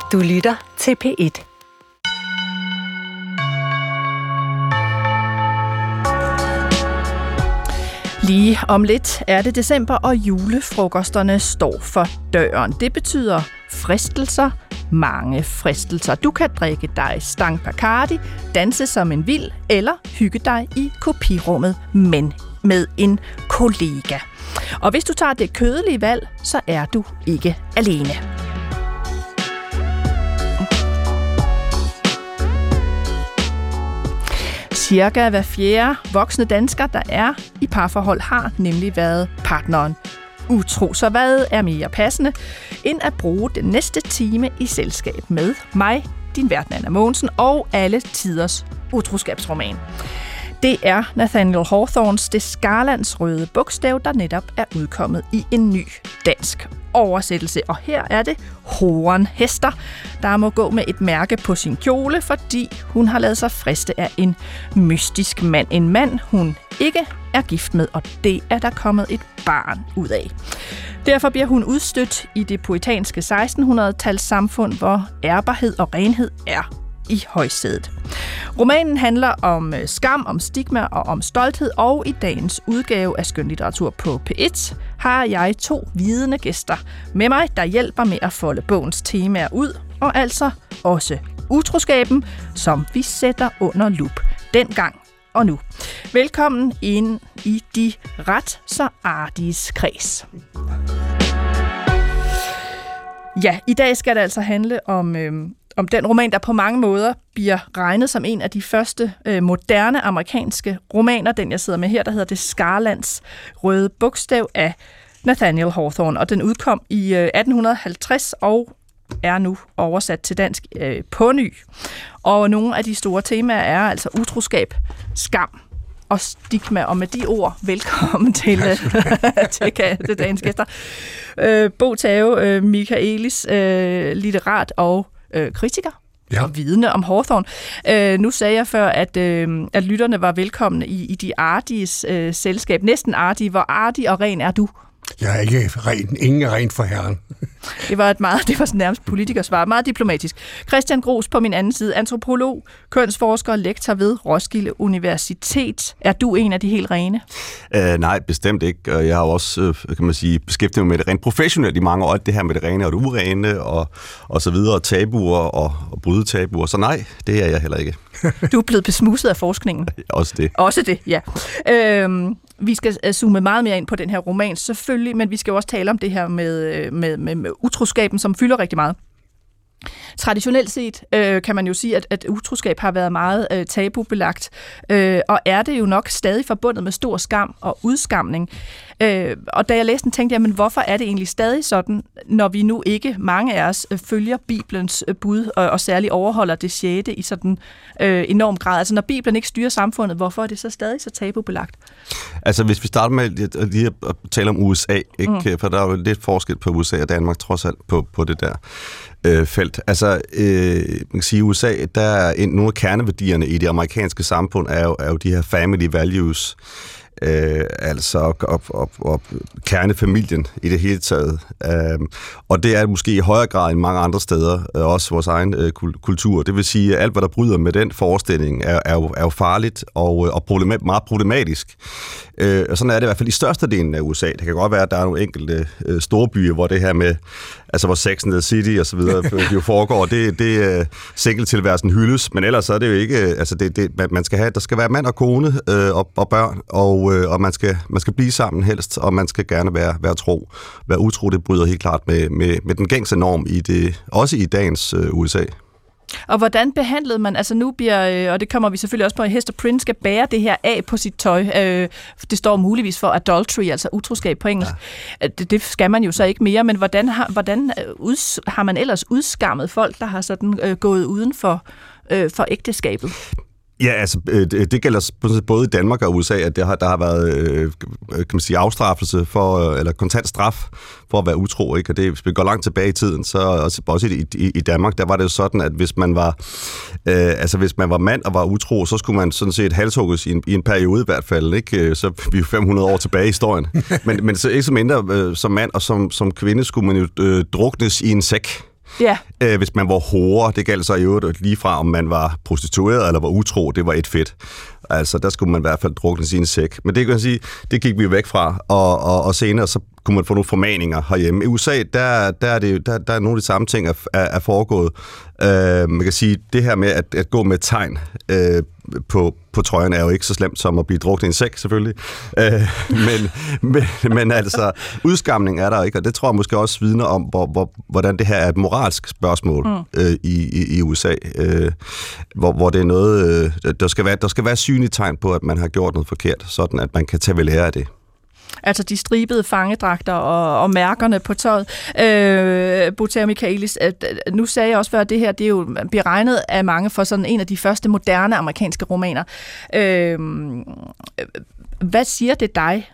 Du lytter til P1. Lige om lidt er det december, og julefrokosterne står for døren. Det betyder fristelser, mange fristelser. Du kan drikke dig stang Bacardi, danse som en vild, eller hygge dig i kopirummet, men med en kollega. Og hvis du tager det kødelige valg, så er du ikke alene. Cirka hver fjerde voksne dansker, der er i parforhold, har nemlig været partneren utro. Så hvad er mere passende, end at bruge den næste time i selskab med mig, din vært Nanna Mogensen, og alle tiders utroskabsroman. Det er Nathaniel Hawthornes Det Skarlands Røde Bogstav, der netop er udkommet i en ny dansk oversættelse. Og her er det Horen Hester, der må gå med et mærke på sin kjole, fordi hun har ladet sig friste af en mystisk mand. En mand, hun ikke er gift med, og det er der kommet et barn ud af. Derfor bliver hun udstødt i det puritanske 1600-tals samfund, hvor ærbarhed og renhed er i højsædet. Romanen handler om skam, om stigma og om stolthed, og i dagens udgave af Skønlitteratur på P1 har jeg 2 vidende gæster med mig, der hjælper med at folde bogens temaer ud, og altså også utroskaben, som vi sætter under lup dengang og nu. Velkommen ind i de ret så artiges kreds. Ja, i dag skal det altså handle om den roman, der på mange måder bliver regnet som en af de første moderne amerikanske romaner, den jeg sidder med her, der hedder Det Skarlands Røde Bogstav af Nathaniel Hawthorne, og den udkom i 1850 og er nu oversat til dansk på ny. Og nogle af de store temaer er altså utroskab, skam og stigma, og med de ord, velkommen til dagens gæster. Bo Tave Michaelis, litterat og kritiker, og vidne om Hawthorne. Nu sagde jeg før, at lytterne var velkomne i de artiges selskab. Næsten artige. Hvor artig og ren er du? Jeg er ikke ren. Ingen er ren for herren. Det var nærmest politikersvar. Meget diplomatisk. Christian Gros på min anden side. Antropolog, kønsforsker, lektor ved Roskilde Universitet. Er du en af de helt rene? Nej, bestemt ikke. Jeg har også, kan man sige, beskæftiget mig med det rent professionelt i mange år. Alt det her med det rene og det urene og så videre. Tabuer og bryde tabuer. Så nej, det er jeg heller ikke. Du er blevet besmudset af forskningen. Også det, ja. Vi skal zoome meget mere ind på den her roman, selvfølgelig, men vi skal jo også tale om det her med utroskaben, som fylder rigtig meget. Traditionelt set kan man jo sige, at utroskab har været meget tabubelagt, og er det jo nok stadig forbundet med stor skam og udskamning. Og da jeg læste den, tænkte jeg, men hvorfor er det egentlig stadig sådan, når vi nu ikke, mange af os, følger Bibelens bud og særligt overholder det 6. i sådan enorm grad? Altså når Bibelen ikke styrer samfundet, hvorfor er det så stadig så tabubelagt? Altså hvis vi starter med lige at tale om USA, ikke? For der er jo lidt forskel på USA og Danmark trods alt på det der felt. Altså, man kan sige, i USA, der er nogle af kerneværdierne i det amerikanske samfund er jo de her family values, altså og kernefamilien i det hele taget. Og det er måske i højere grad end mange andre steder, også vores egen kultur. Det vil sige, at alt, hvad der bryder med den forestilling, er jo farligt og meget problematisk. Og sådan er det i hvert fald i størstedelen af USA. Det kan godt være, at der er nogle enkelte store byer, hvor det her med, altså hvor Sex and the City og så videre jo foregår, det single-tilværelsen hyldes, men ellers er det jo ikke, altså man skal have, der skal være mand og kone og børn, og man skal blive sammen helst, og man skal gerne være tro. Være utro, det bryder helt klart med den gængse norm i det, også i dagens USA. Og hvordan behandlede man, altså nu bliver, og det kommer vi selvfølgelig også på, at Hester Prynne skal bære det her af på sit tøj. Det står muligvis for adultery, altså utroskab på engelsk. Ja. Det skal man jo så ikke mere, men hvordan har man ellers udskammet folk, der har sådan gået uden for ægteskabet? Ja, altså det gælder både i Danmark og USA, at der har været kan man sige, afstraffelse for, eller kontant straf for at være utro, ikke? Og det, hvis vi går langt tilbage i tiden, så også i Danmark, der var det jo sådan, at hvis man var mand og var utro, så skulle man sådan set halshugges i en periode i hvert fald, ikke? Så vi er 500 år tilbage i historien. men så ikke så mindre som mand og som kvinde skulle man jo druknes i en sæk. Ja. Hvis man var hore, det galt så i øvrigt lige fra, om man var prostitueret eller var utro, det var et fedt. Altså, der skulle man i hvert fald drukne sin sæk. Men det kan man sige, det gik vi væk fra, og senere så kunne man få nogle formaninger herhjemme. I USA, der er nogle af de samme ting er foregået. Man kan sige, det her med at gå med tegn på trøjen er jo ikke så slemt som at blive druknet i en sæk, selvfølgelig. Men altså, udskamning er der ikke, og det tror jeg måske også vidner om, hvordan det her er et moralsk spørgsmål i USA, hvor det er noget, der skal være synlige tegn på, at man har gjort noget forkert, sådan at man kan tage ved lære af det. Altså de stribede fangedragter og mærkerne på tøjet. Bouter Michaelis, nu sagde jeg også før, at det her det er jo beregnet af mange for sådan en af de første moderne amerikanske romaner. Hvad siger det dig,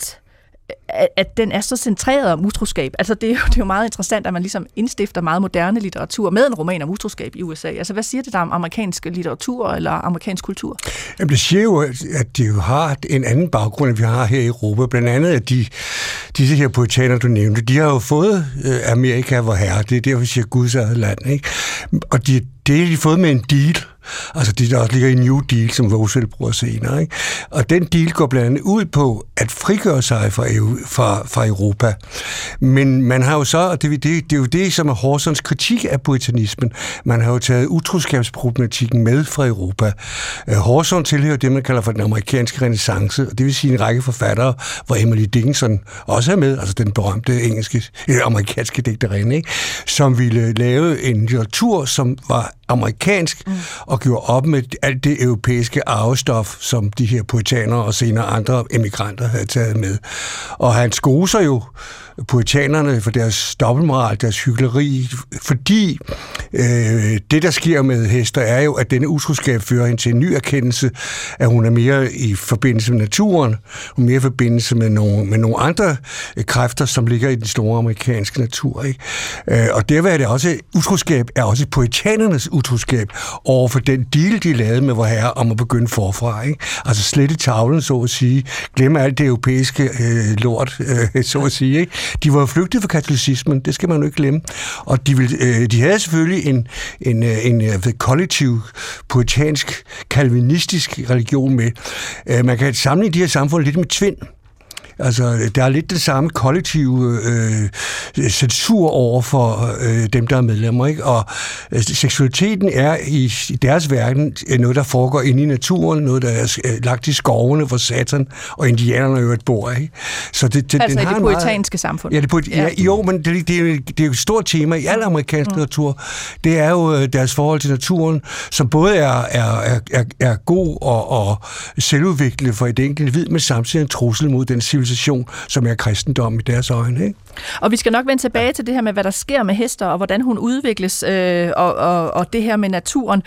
at den er så centreret om utroskab? Altså det er jo meget interessant, at man ligesom indstifter meget moderne litteratur med en roman om utroskab i USA. Altså hvad siger det der om amerikansk litteratur eller amerikansk kultur? Jamen, det siger jo, at de jo har en anden baggrund, end vi har her i Europa. Blandt andet, at disse her puritaner, du nævnte, de har jo fået Amerika vor herre. Det er derfor, vi siger Guds eget land, ikke? Og det har de fået med en deal. Altså det, der også ligger i New Deal, som Roosevelt bruger senere. Ikke? Og den deal går blandt andet ud på at frigøre sig fra Europa. Men man har jo så, og det er jo det, som er Horsons kritik af puritanismen, man har jo taget utroskabsproblematikken med fra Europa. Horson tilhører det, man kalder for den amerikanske renæssance, og det vil sige en række forfattere, hvor Emily Dickinson også er med, altså den berømte amerikanske digterinde, ikke? Som ville lave en litteratur, som var amerikansk, og gjorde op med alt det europæiske arvestof, som de her puritanere og senere andre emigranter havde taget med. Og han skoser jo puritanerne for deres dobbeltmoral, deres hykleri, fordi det, der sker med Hester, er jo, at denne utroskab fører hende til en ny erkendelse, at hun er mere i forbindelse med naturen, og mere i forbindelse med nogle andre kræfter, som ligger i den store amerikanske natur. Ikke? Og derved er det også, utroskab er også puritanernes utroskab over for den deal, de lavede med vor herre om at begynde forfra. Ikke? Altså slette tavlen, så at sige, glemme alt det europæiske lort, så at sige. Ikke? De var flygtet fra katolicismen, det skal man jo ikke glemme. Og de havde selvfølgelig en kollektiv, puritansk, kalvinistisk religion med. Man kan sammenligne de her samfund lidt med Tvind. Altså, der er lidt det samme kollektive censur over for dem, der er medlemmer, ikke? Og seksualiteten er i deres verden noget, der foregår inde i naturen, noget, der er lagt i skovene, hvor Satan og indianerne jo bor, ikke? Så den har i det puritanske samfund. Ja, jo, men det er jo et stort tema i al amerikansk litteratur. Det er jo deres forhold til naturen, som både er god og selvudviklende for et enkelt individ, men samtidig en trussel mod den civilisation, som er kristendom i deres øjne. Ikke? Og vi skal nok vende tilbage til det her med, hvad der sker med Hester, og hvordan hun udvikles, og det her med naturen.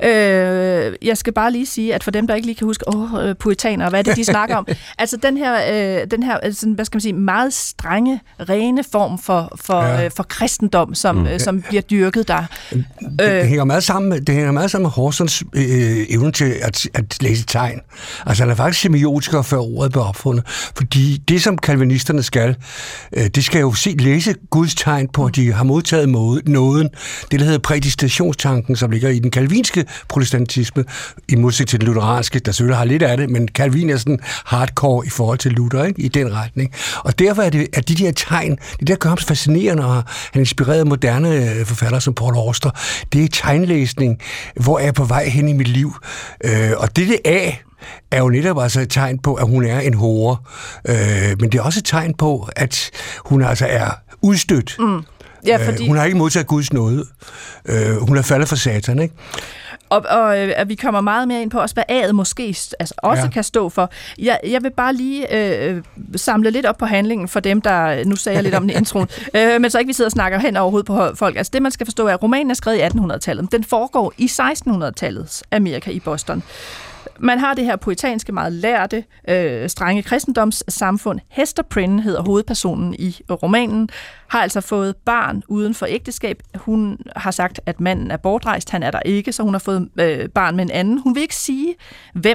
Jeg skal bare lige sige, at for dem, der ikke lige kan huske, puritaner, hvad er det, de snakker om? Altså den her hvad skal man sige, meget strenge, rene form for kristendom, som bliver dyrket der. Det hænger meget sammen med Horsons evne til at læse tegn. Altså han er faktisk semiotiker, før ordet blev opfundet. Fordi det, som kalvinisterne skal, det skal jo læse Guds tegn på, at de har modtaget nåden. Det, der hedder prædestinationstanken, som ligger i den kalvinske protestantisme, i modsætning til den lutheranske, der selvfølgelig har lidt af det, men Calvin er sådan hardcore i forhold til Luther, ikke? I den retning. Og derfor er det, at de der tegn, det der gør ham fascinerende, og han inspirerede moderne forfattere som Paul Auster, det er tegnlæsning, hvor er jeg på vej hen i mit liv. Og det er jo netop altså et tegn på, at hun er en hore. Men det er også et tegn på, at hun altså er udstødt. Ja, fordi hun har ikke modtaget Guds nåde. Hun er faldet for Satan, ikke? Og at vi kommer meget mere ind på også, hvad A'et måske også kan stå for. Jeg vil bare lige samle lidt op på handlingen for dem, der nu sagde jeg lidt om den introen, men så ikke vi sidder og snakker hen overhovedet på folk. Altså det, man skal forstå, er, at romanen er skrevet i 1800-tallet. Den foregår i 1600-tallets Amerika i Boston. Man har det her puritanske, meget lærte, strenge kristendomssamfund. Hester Prynne hedder hovedpersonen i romanen, har altså fået barn uden for ægteskab. Hun har sagt, at manden er bortrejst, han er der ikke, så hun har fået barn med en anden. Hun vil ikke sige, hvem,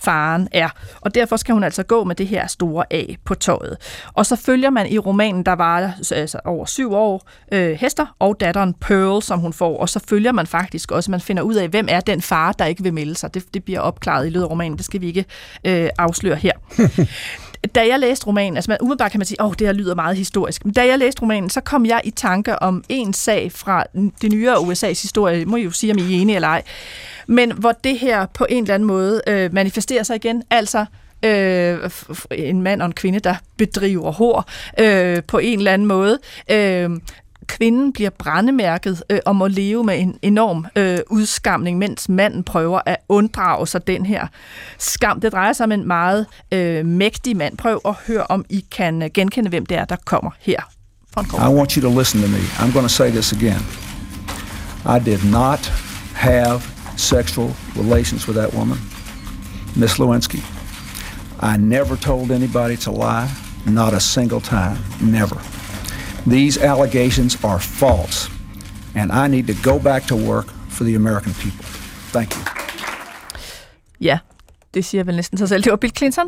faren er. Og derfor skal hun altså gå med det her store A på tøjet. Og så følger man i romanen, der var altså over 7 år, Hester og datteren Pearl, som hun får. Og så følger man faktisk også, man finder ud af, hvem er den far, der ikke vil melde sig. Det bliver opklaret i løbet af romanen. Det skal vi ikke afsløre her. Da jeg læste romanen, altså umiddelbart kan man sige, det her lyder meget historisk, men da jeg læste romanen, så kom jeg i tanke om en sag fra det nyere USA's historie, må I jo sige, om I er enige eller ej, men hvor det her på en eller anden måde manifesterer sig igen, altså en mand og en kvinde, der bedriver hor på en eller anden måde. Kvinden bliver brændemærket og må leve med en enorm udskamning, mens manden prøver at unddrage sig den her skam. Det drejer sig om en meget mægtig mand. Prøv at høre, om I kan genkende, hvem det er, der kommer her. I want you to listen to me. I'm going to say this again. I did not have sexual relations with that woman, Miss Lewinsky. I never told anybody to lie, not a single time, never. These allegations are false, and I need to go back to work for the American people. Thank you. Ja, det siger vel næsten sig selv. Det var Bill Clinton,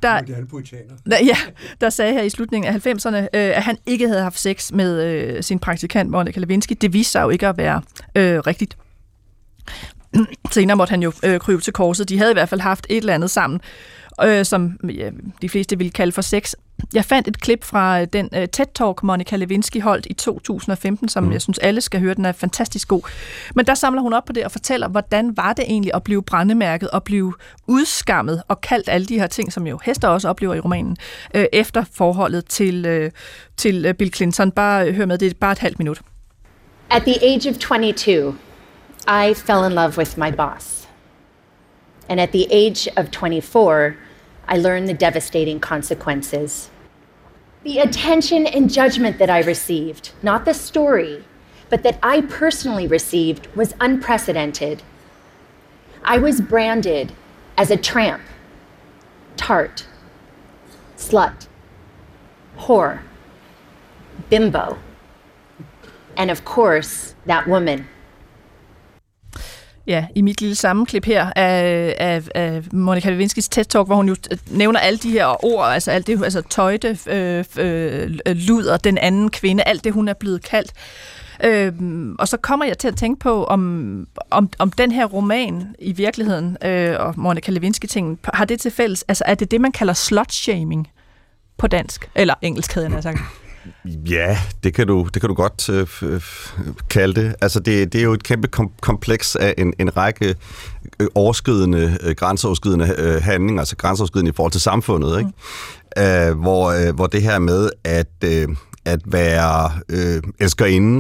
der sagde her i slutningen af 90'erne, at han ikke havde haft sex med sin praktikant, Monica Lewinsky. Det viste sig jo ikke at være rigtigt. Senere måtte han jo krybe til korset. De havde i hvert fald haft et eller andet sammen, som de fleste ville kalde for sex. Jeg fandt et klip fra den TED-talk, Monica Lewinsky holdt i 2015, som jeg synes, alle skal høre. Den er fantastisk god. Men der samler hun op på det og fortæller, hvordan var det egentlig at blive brændemærket og blive udskammet og kaldt alle de her ting, som jo Hester også oplever i romanen, efter forholdet til Bill Clinton. Bare hør med, det er bare et halvt minut. At the age of 22, I fell in love with my boss. And at the age of 24, I learned the devastating consequences. The attention and judgment that I received, not the story, but that I personally received, was unprecedented. I was branded as a tramp, tart, slut, whore, bimbo, and of course, that woman. Ja, i mit lille sammenklip her af Monica Lewinskys TED-talk, hvor hun jo nævner alle de her ord, altså alt det, altså tøjte, luder, den anden kvinde, alt det, hun er blevet kaldt. Og så kommer jeg til at tænke på, om den her roman i virkeligheden, og Monica Lewinsky-tingen, har det til fælles, altså er det man kalder slut-shaming på dansk, eller engelsk, havde jeg sagt. Ja, det kan du godt kalde det. Altså det er jo et kæmpe kompleks af en række grænseoverskridende handlinger, altså grænseoverskridende i forhold til samfundet, ikke? Hvor det her med at være elskerinde,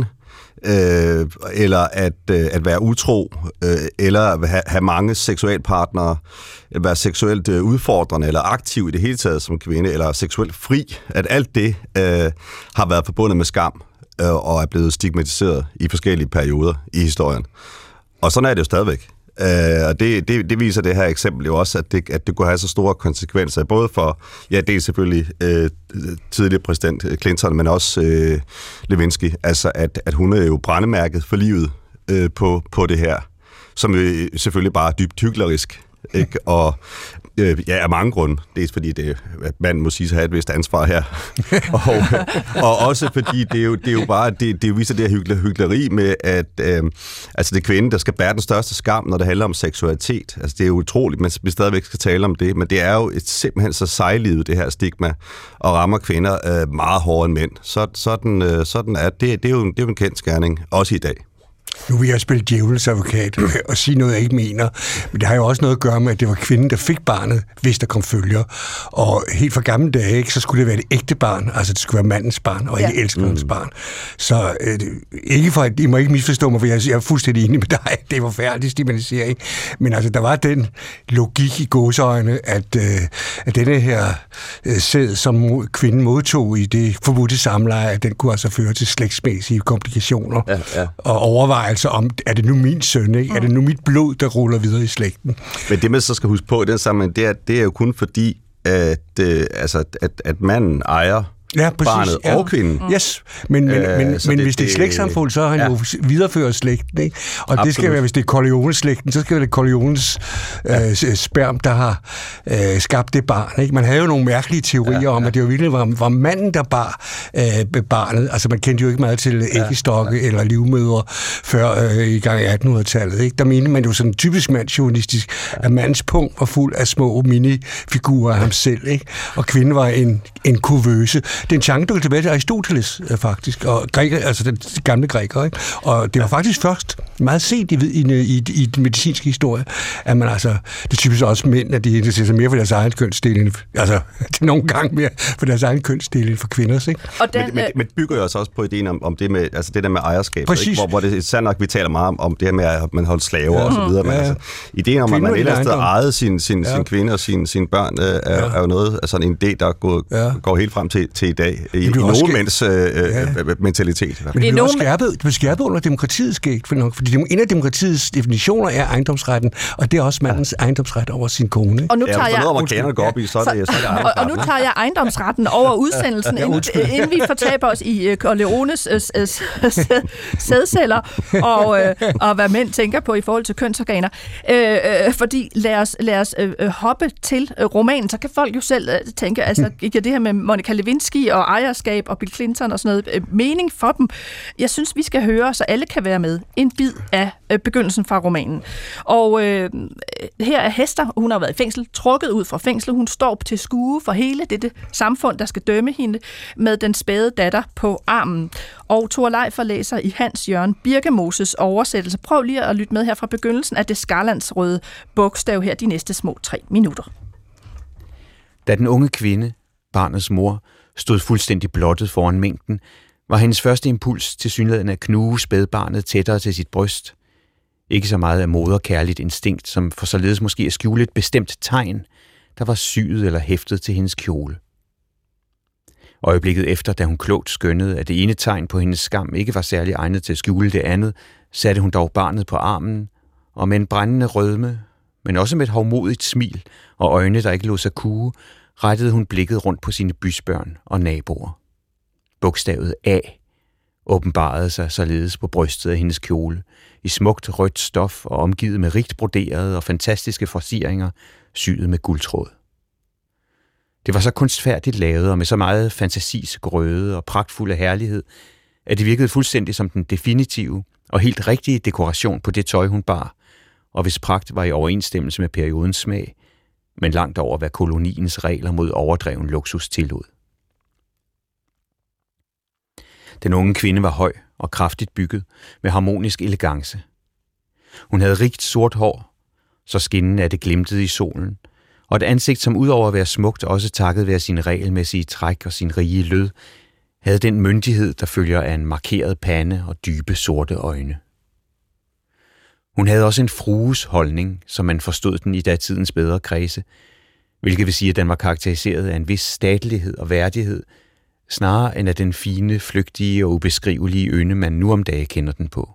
eller at være utro, eller have mange seksualpartnere, eller være seksuelt udfordrende, eller aktiv i det hele taget som kvinde, eller seksuelt fri, at alt det har været forbundet med skam, og er blevet stigmatiseret i forskellige perioder i historien. Og sådan er det jo stadigvæk. Og det viser det her eksempel jo også, at det kunne have så store konsekvenser, både for, det er selvfølgelig tidligere præsident Clinton, men også Lewinsky, altså at hun er jo brændemærket for livet på det her, som jo selvfølgelig bare er dybt hyklerisk, ikke? Og af mange grunde. Dels fordi at man må sige sig have et vist ansvar her. og også fordi det viser det her hykleri med, at altså det er kvinden, der skal bære den største skam, når det handler om seksualitet. Altså det er jo utroligt, men vi stadigvæk skal tale om det, men det er jo simpelthen så sejlivet, det her stigma, og rammer kvinder meget hårdere end mænd. Sådan er det. Det er jo en kendsgerning, også i dag. Nu vil jeg spille djævelens advokat og sige noget, jeg ikke mener, men det har jo også noget at gøre med, at det var kvinden, der fik barnet, hvis der kom følger. Og helt fra gamle dage, ikke, så skulle det være et ægte barn, altså det skulle være mandens barn, og ikke elskerens barn. Så ikke for, I må ikke misforstå mig, for jeg er fuldstændig enig med dig, det var færdig stigmatisering. Men altså, der var den logik i gåseøjne, at denne her sæd, som kvinden modtog i det forbudte samleje, at den kunne altså føre til slægtsmæssige komplikationer og overvejelser om, er det nu min søn, ikke? Er det nu mit blod, der ruller videre i slægten? Men det, man så skal huske på i den sammenhæng, det er jo kun fordi, at manden ejer barnet og kvinden. Yes, men hvis det er slægtssamfund, så har han jo videreført slægten, ikke? Og absolut. Det skal være, hvis det er Corleone-slægten, så skal det være Corleones sperm, der har skabt det barn, ikke? Man havde jo nogle mærkelige teorier om, at det jo virkelig var manden, der bar barnet. Altså, man kendte jo ikke meget til æggestokke eller livmødre før i gang i 1800-tallet, ikke? Der mente man jo sådan typisk mandsjournalistisk, at mandens punkt var fuld af små minifigurer af ham selv, ikke? Og kvinden var en kuvøse. Det er en chance, du kan tilbage til Aristoteles, faktisk, og græker, altså den gamle græker, ikke? Og det var faktisk først meget sent i den medicinske historie, at man altså, det er typisk også mænd, at de interesserer sig mere for deres egen kønsdel, altså det er nogle gange mere for deres egen kønsdel end for kvinders, ikke? Og men bygger jo også på ideen om det med, altså det der med ejerskab, ikke? Hvor det er sandt nok, vi taler meget om det her med, at man holder slaver og så videre, men altså, ideen om, at man et eller andet sted ejede sin kvinde og sine børn, er jo noget, altså en idé, der går helt frem til i dag, i nogle mænds mentalitet. Men det blev skærpet under demokratiets skægt, fordi en af demokratiets definitioner er ejendomsretten, og det er også mandens ejendomsret over sin kone. Og nu tager jeg og nu tager jeg ejendomsretten over udsendelsen, inden vi fortaber os i Corleones sædceller og hvad mænd tænker på i forhold til kønsorganer. Fordi lad os hoppe til romanen, så kan folk jo selv tænke, altså ikke det her med Monica Lewinsky og ejerskab og Bill Clinton og sådan noget, mening for dem. Jeg synes, vi skal høre, så alle kan være med, en bid af begyndelsen fra romanen. Og her er Hester, hun har været i fængsel, trukket ud fra fængsel, hun står til skue for hele dette samfund, der skal dømme hende, med den spæde datter på armen. Og Thor Leiffer læser i Hans Jørgen Birkemoses oversættelse. Prøv lige at lytte med her fra begyndelsen af det skarlandsrøde bogstav her de næste små 3 minutter. Da den unge kvinde, barnets mor, stod fuldstændig blottet foran mængden, var hendes første impuls tilsyneladende at knue spædbarnet tættere til sit bryst. Ikke så meget af moderkærligt instinkt, som for således måske at skjule et bestemt tegn, der var syet eller hæftet til hendes kjole. Øjeblikket efter, da hun klogt skønnede, at det ene tegn på hendes skam ikke var særlig egnet til at skjule det andet, satte hun dog barnet på armen, og med en brændende rødme, men også med et hovmodigt smil og øjne, der ikke lod sig kue, rettede hun blikket rundt på sine bysbørn og naboer. Bogstavet A åbenbarede sig således på brystet af hendes kjole, i smukt rødt stof og omgivet med rigt broderede og fantastiske forceringer, syet med guldtråd. Det var så kunstfærdigt lavet og med så meget fantasis grøde og pragtfulde herlighed, at det virkede fuldstændig som den definitive og helt rigtige dekoration på det tøj, hun bar, og hvis pragt var i overensstemmelse med periodens smag, men langt over hvad koloniens regler mod overdreven luksus tillod. Den unge kvinde var høj og kraftigt bygget, med harmonisk elegance. Hun havde rigt sort hår, så skinnende at det glimtede i solen, og et ansigt, som udover at være smukt, også takket være sin regelmæssige træk og sin rige lød, havde den myndighed, der følger af en markeret pande og dybe sorte øjne. Hun havde også en frues holdning, som man forstod den i datidens bedre kredse, hvilket vil sige, at den var karakteriseret af en vis statelighed og værdighed, snarere end af den fine, flygtige og ubeskrivelige ynde, man nu om dage kender den på.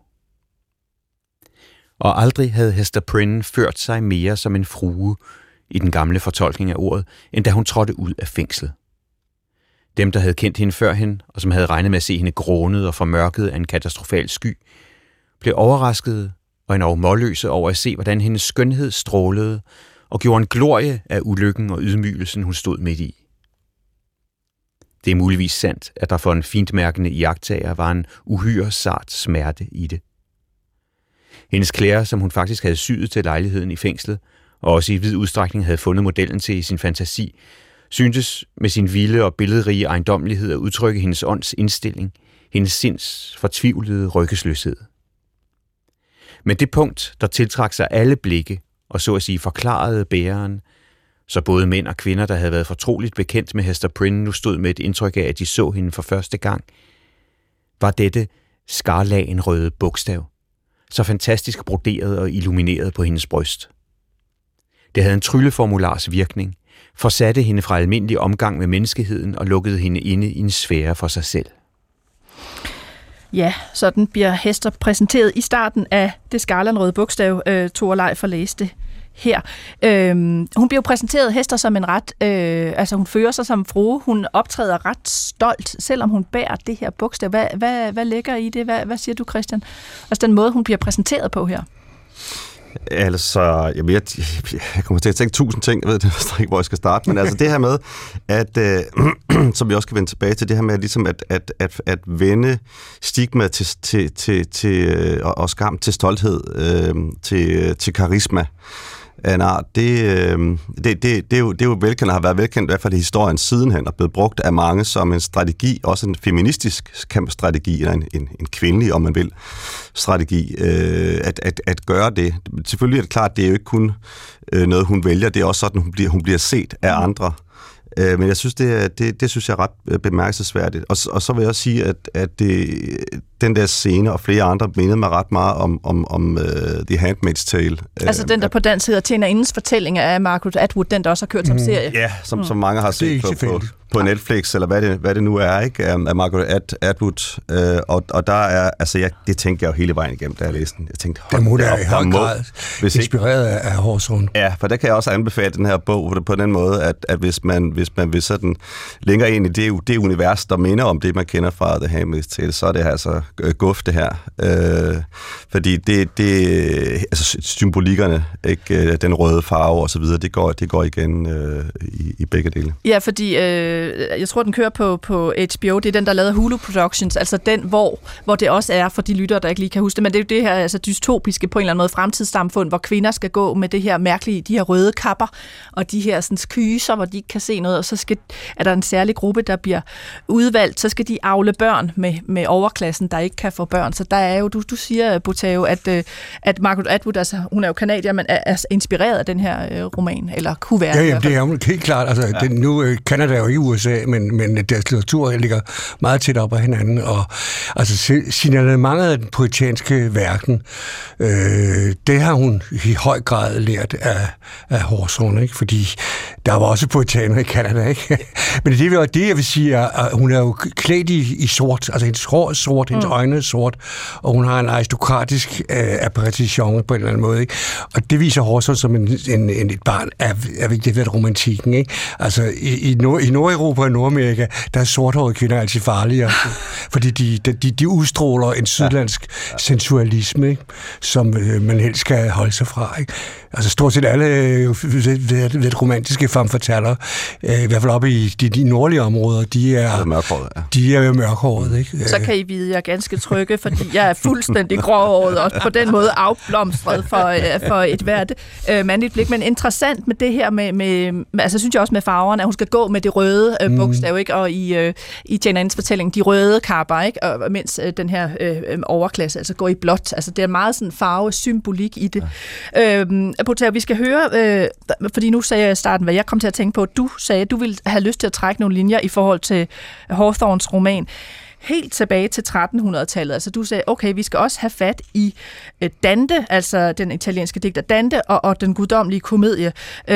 Og aldrig havde Hester Prynne ført sig mere som en frue i den gamle fortolkning af ordet, end da hun trådte ud af fængslet. Dem, der havde kendt hende førhen, og som havde regnet med at se hende grånet og formørket af en katastrofal sky, blev overraskede og endog målløse over at se, hvordan hendes skønhed strålede og gjorde en glorie af ulykken og ydmygelsen, hun stod midt i. Det er muligvis sandt, at der for en fintmærkende iagttager var en uhyre sart smerte i det. Hendes klæder, som hun faktisk havde syet til lejligheden i fængslet, og også i vid udstrækning havde fundet modellen til i sin fantasi, syntes med sin vilde og billedrige ejendommelighed at udtrykke hendes ånds indstilling, hendes sinds fortvivlede rykkesløshed. Men det punkt, der tiltrak sig alle blikke, og så at sige forklarede bæreren, så både mænd og kvinder, der havde været fortroligt bekendt med Hester Prynne, nu stod med et indtryk af, at de så hende for første gang, var dette skarlagenrøde bogstav, så fantastisk broderet og illumineret på hendes bryst. Det havde en trylleformulars virkning, forsatte hende fra almindelig omgang med menneskeheden og lukkede hende inde i en sfære for sig selv. Ja, sådan bliver Hester præsenteret i starten af det skarlandrøde bogstav, Thor Leiffer læste her. Hun bliver præsenteret Hester som en ret, altså hun fører sig som frue, hun optræder ret stolt, selvom hun bærer det her bogstav. Hvad ligger i det? Hvad siger du, Christian? Altså den måde, hun bliver præsenteret på her. Altså, jeg kommer til at tænke 1000 ting, jeg ved ikke, hvor jeg skal starte, men altså det her med, at, som vi også skal vende tilbage til, det her med ligesom at vende stigma og skam til stolthed, til karisma af en art, det er jo velkendt, og har været velkendt, i hvert fald i historien sidenhen, og blevet brugt af mange som en strategi, også en feministisk kampstrategi, eller en kvindelig, om man vil, strategi, at gøre det. Selvfølgelig er det klart, det er jo ikke kun noget, hun vælger, det er også sådan, hun bliver set af andre. Men jeg synes, det synes jeg er ret bemærkelsesværdigt. Og så vil jeg også sige, at den der scene og flere andre mindede mig ret meget om The Handmaid's Tale. Altså den, der på dansk hedder Tjenerindens fortælling af Margaret Atwood, den der også har kørt som serie. Ja, som mange har set på Netflix, eller hvad det nu er, ikke? Af Margaret Atwood. Og der er, altså det tænkte jeg jo hele vejen igennem, da jeg læste den. Jeg tænkte, det må da i høj grad inspireret af Horshorn. Ja, for der kan jeg også anbefale den her bog på den måde, at hvis man vil sådan længere ind i det univers, der minder om det, man kender fra The Handmaid's Tale, så er det altså guf det her. Fordi altså symbolikkerne, ikke, den røde farve og så videre, det går igen i begge dele. Ja, fordi jeg tror, den kører på HBO. Det er den, der lavede Hulu Productions, altså den, hvor det også er for de lyttere, der ikke lige kan huske det, men det er jo det her altså dystopiske på en eller anden måde fremtidssamfund, hvor kvinder skal gå med det her mærkelige, de her røde kapper, og de her sådan kyser, hvor de ikke kan se noget, og så er der en særlig gruppe, der bliver udvalgt, så skal de avle børn med overklassen, der ikke kan få børn. Så der er jo, du siger, Botao, at Margaret Atwood, altså hun er jo kanadier, men er inspireret af den her roman, eller kunne være. Ja, det er jo helt klart. Altså, nu Canada er jo i USA, men deres litteratur ligger meget tæt op ad hinanden, og altså signalement af den poetanske verden, det har hun i høj grad lært af Horshorn, ikke? Fordi der var også poetaner i Canada, ikke? Men det jeg vil sige, er, at hun er jo klædt i sort, altså hendes hår er sort, hendes øjne er sort, og hun har en aristokratisk apparition på en eller anden måde, ikke? Og det viser Horshorn som et barn af det ved romantikken, ikke? Altså i Nordeuropa og Nordamerika, der er sorthårede kvinder altid farlige, altså, fordi de udstråler en sydlandsk sensualisme, ikke? Som man helst skal holde sig fra, ikke? Altså stort set alle ved romantiske femme fatale, i hvert fald oppe i de nordlige områder, de er mørkhårede, ikke? Så kan I vide, jeg er ganske trygge, fordi jeg er fuldstændig gråhåret og på den måde afblomstret for et hvert mandligt blik. Men interessant med det her med altså synes jeg også med farverne, at hun skal gå med det røde bogstav, ikke? Og i Tjenerindens fortælling, de røde kapper, ikke? Og mens den her overklasse altså går i blåt. Altså det er meget sådan farvesymbolik i det. Botao, vi skal høre, fordi nu sagde jeg i starten, hvad jeg kom til at tænke på. Du sagde, at du ville have lyst til at trække nogle linjer i forhold til Hawthornes roman. Helt tilbage til 1300-tallet. Altså du sagde, okay, vi skal også have fat i Dante, altså den italienske digter Dante, og den guddommelige komedie.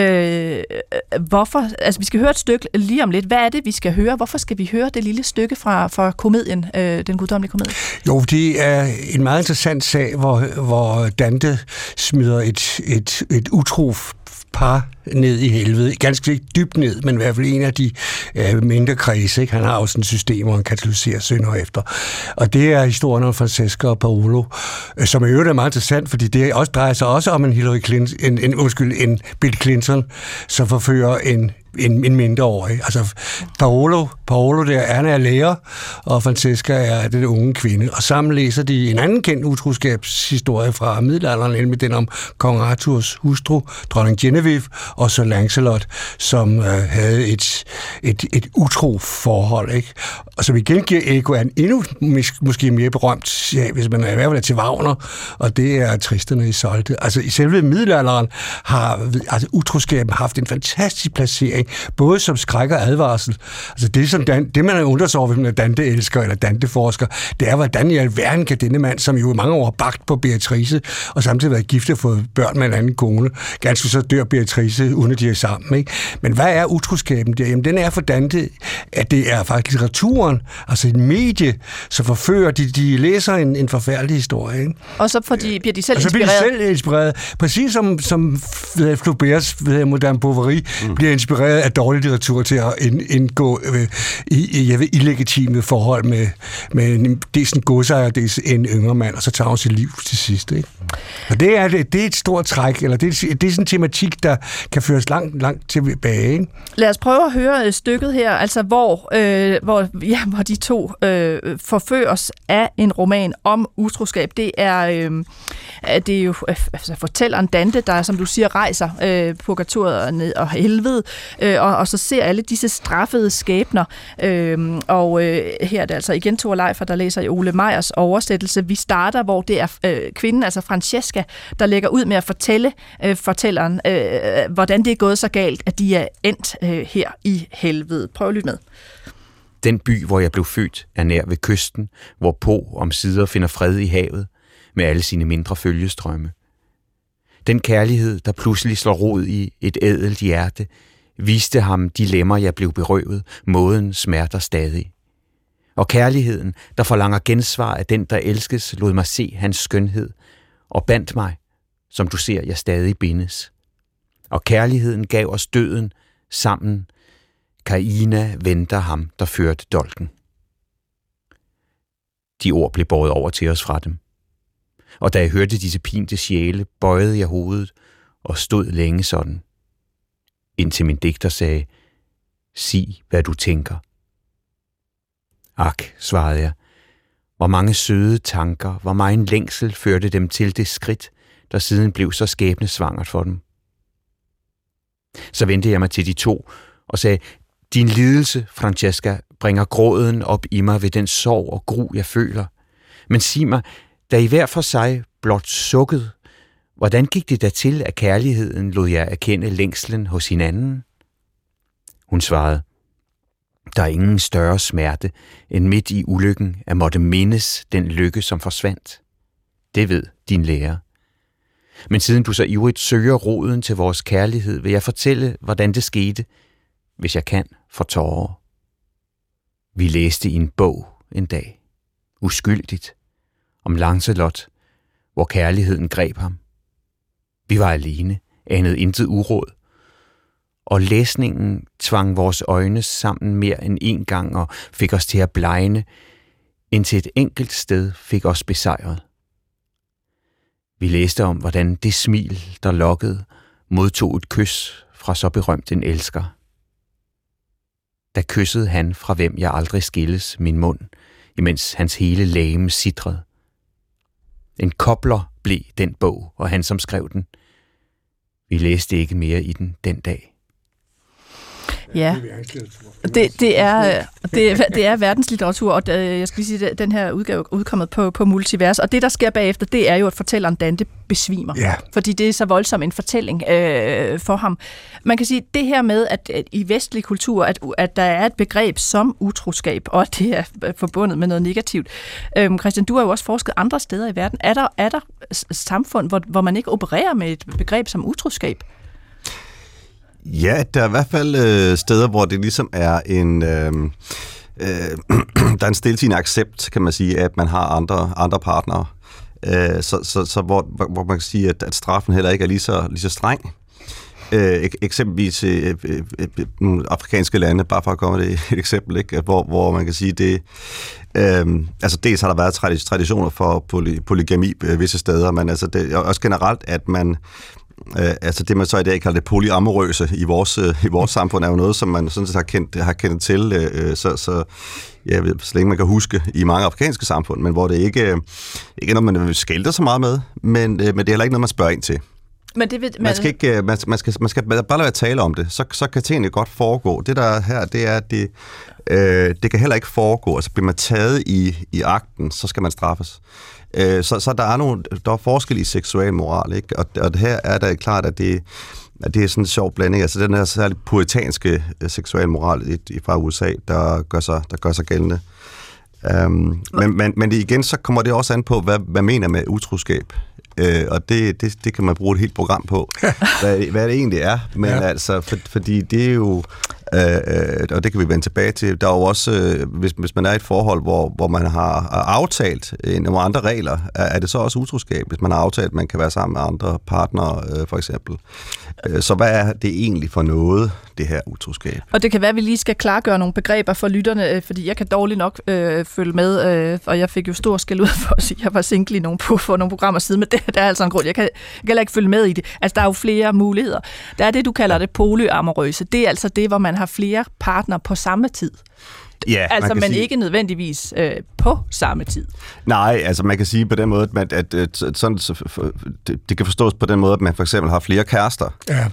Hvorfor? Altså vi skal høre et stykke lige om lidt. Hvad er det, vi skal høre? Hvorfor skal vi høre det lille stykke fra komedien, den guddommelige komedie? Jo, det er en meget interessant sag, hvor Dante smider et utro par ned i helvede. Ganske ikke dybt ned, men i hvert fald en af de mindre kredse. Ikke? Han har også et system, hvor han katalyserer synder efter. Og det er historien om Francesca og Paolo, som i øvrigt er meget interessant, fordi det også drejer sig også om en Bill Clinton, som forfører en mindreårig. Altså Paolo der, han er lærer, og Francesca er den unge kvinde. Og sammen læser de en anden kendt utroskabshistorie fra middelalderen, nemlig den om kong Arthurs hustru, dronning Genevieve, og så Lancelot, som havde et utro forhold, ikke? Og som igen giver Ego en endnu måske mere berømt sag, hvis man i hvert fald er til Wagner, og det er Tristan og Isolde. Altså i selve middelalderen har utroskaben haft en fantastisk placering ikke? Både som skræk og advarsel. Altså det man undrer sig over, hvis man er Dante-elsker eller Dante-forsker, det er, hvordan i alverden kan denne mand, som jo i mange år har bagt på Beatrice, og samtidig været gift og fået børn med en anden kone, ganske så dør Beatrice, uden at de er sammen, ikke? Men hvad er utroskaben der? Jamen, den er for Dante, at det er faktisk litteraturen, altså et medie, så forfører de læser en forfærdelig historie, ikke? Og så bliver de selv inspireret. Og så bliver de selv inspireret. Præcis som Flauberts Madame Bovary bliver inspireret af dårlig litteratur til at indgå i illegitime forhold med dels en godsejer, dels en yngre mand, og så tager hun sit liv til sidst, ikke? Og det er et stort træk, eller det er sådan en tematik, der kan føres langt tilbage, ikke? Lad os prøve at høre stykket her, altså hvor de to forføres af en roman om utroskab. Det er jo fortælleren Dante, der, som du siger, rejser purgatoriet ned og helvede, og så ser alle disse straffede skæbner. Her er det altså igen Thor Leifer, der læser i Ole Meyers oversættelse. Vi starter, hvor det er kvinden, altså Francesca, der lægger ud med at fortælle fortælleren, hvordan det er gået så galt, at de er endt her i helvede. Prøv at lytte med. Den by, hvor jeg blev født, er nær ved kysten, hvor Po omsider finder fred i havet med alle sine mindre følgestrømme. Den kærlighed, der pludselig slår rod i et ædelt hjerte, viste ham de lemmer, jeg blev berøvet, måden smerter stadig. Og kærligheden, der forlanger gensvar af den, der elskes, lod mig se hans skønhed, og bandt mig, som du ser, jeg stadig bindes. Og kærligheden gav os døden sammen. Kaina venter ham, der førte dolken. De ord blev båret over til os fra dem. Og da jeg hørte disse pinte sjæle, bøjede jeg hovedet og stod længe sådan. Indtil min digter sagde, sig hvad du tænker. Ak, svarede jeg, hvor mange søde tanker, hvor megen længsel førte dem til det skridt, der siden blev så skæbnesvangert for dem. Så vendte jeg mig til de to og sagde, din lidelse, Francesca, bringer gråden op i mig ved den sorg og gru, jeg føler. Men sig mig, da I hver for sig blot sukkede, hvordan gik det da til, at kærligheden lod jer erkende længslen hos hinanden? Hun svarede, der er ingen større smerte, end midt i ulykken at måtte mindes den lykke, som forsvandt. Det ved din lærer. Men siden du så ivrigt søger roden til vores kærlighed, vil jeg fortælle, hvordan det skete, hvis jeg kan, for tårer. Vi læste i en bog en dag, uskyldigt, om Lancelot, hvor kærligheden greb ham. Vi var alene, anede intet uråd, og læsningen tvang vores øjne sammen mere end en gang og fik os til at blegne, indtil et enkelt sted fik os besejret. Vi læste om, hvordan det smil, der lokkede, modtog et kys fra så berømt en elsker. Da kyssede han, fra hvem jeg aldrig skilles, min mund, imens hans hele legeme sitrede. En kobler blev den bog, og han som skrev den. Vi læste ikke mere i den dag. Ja, det er verdenslitteratur, og jeg skal lige sige, at den her udgave er udkommet på Multivers, og det, der sker bagefter, det er jo, at fortælleren Dante besvimer, fordi det er så voldsom en fortælling for ham. Man kan sige, det her med, at i vestlig kultur, at der er et begreb som utroskab, og at det er forbundet med noget negativt. Christian, du har jo også forsket andre steder i verden. Er der samfund, hvor man ikke opererer med et begreb som utroskab? Ja, der er i hvert fald steder, hvor det ligesom er en... der er en stiltiende accept, kan man sige, at man har andre partnere. Så hvor man kan sige, at straffen heller ikke er lige så streng. Eksempelvis nogle afrikanske lande, bare for at komme med et eksempel, ikke? Hvor man kan sige, det... altså dels har der været traditioner for polygami visse steder, men altså det er også generelt, at man... altså det, man så i dag kalder det polyamorøse i vores samfund, er jo noget, som man sådan set har kendt til, så længe man kan huske i mange afrikanske samfund, men hvor det ikke er noget, man skælder så meget med, men det er heller ikke noget, man spørger ind til. Men det man skal bare lade være tale om det, så kan tingene godt foregå. Det der her, det er, at det kan heller ikke foregå. Altså bliver man taget i akten, så skal man straffes. Så der er forskel i seksuel moral, ikke? Og her er det klart, at det det er sådan en sjov blanding. Altså den her særligt puritanske seksualmoral fra USA, der gør sig gældende. Men igen, så kommer det også an på, hvad mener med utroskab. Og det kan man bruge et helt program på, hvad det egentlig er. Men altså, fordi det er jo... og det kan vi vende tilbage til. Der er jo også, hvis man er i et forhold, hvor man har aftalt nogle andre regler, er det så også utroskab, hvis man har aftalt, at man kan være sammen med andre partnere, for eksempel. Så hvad er det egentlig for noget, det her utroskab? Og det kan være, at vi lige skal klargøre nogle begreber for lytterne, fordi jeg kan dårligt nok følge med, og jeg fik jo stor skæld ud for at sige, at jeg var single i nogle programmer siden, men der er altså en grund. Jeg kan heller ikke følge med i det. Altså, der er jo flere muligheder. Der er det, du kalder det polyamorøse. Det er altså det, hvor man har flere partnere på samme tid. Ja, altså, men ikke nødvendigvis på samme tid. Nej, altså man kan sige på den måde, at sådan, det kan forstås på den måde, at man for eksempel har flere kærester. Ja,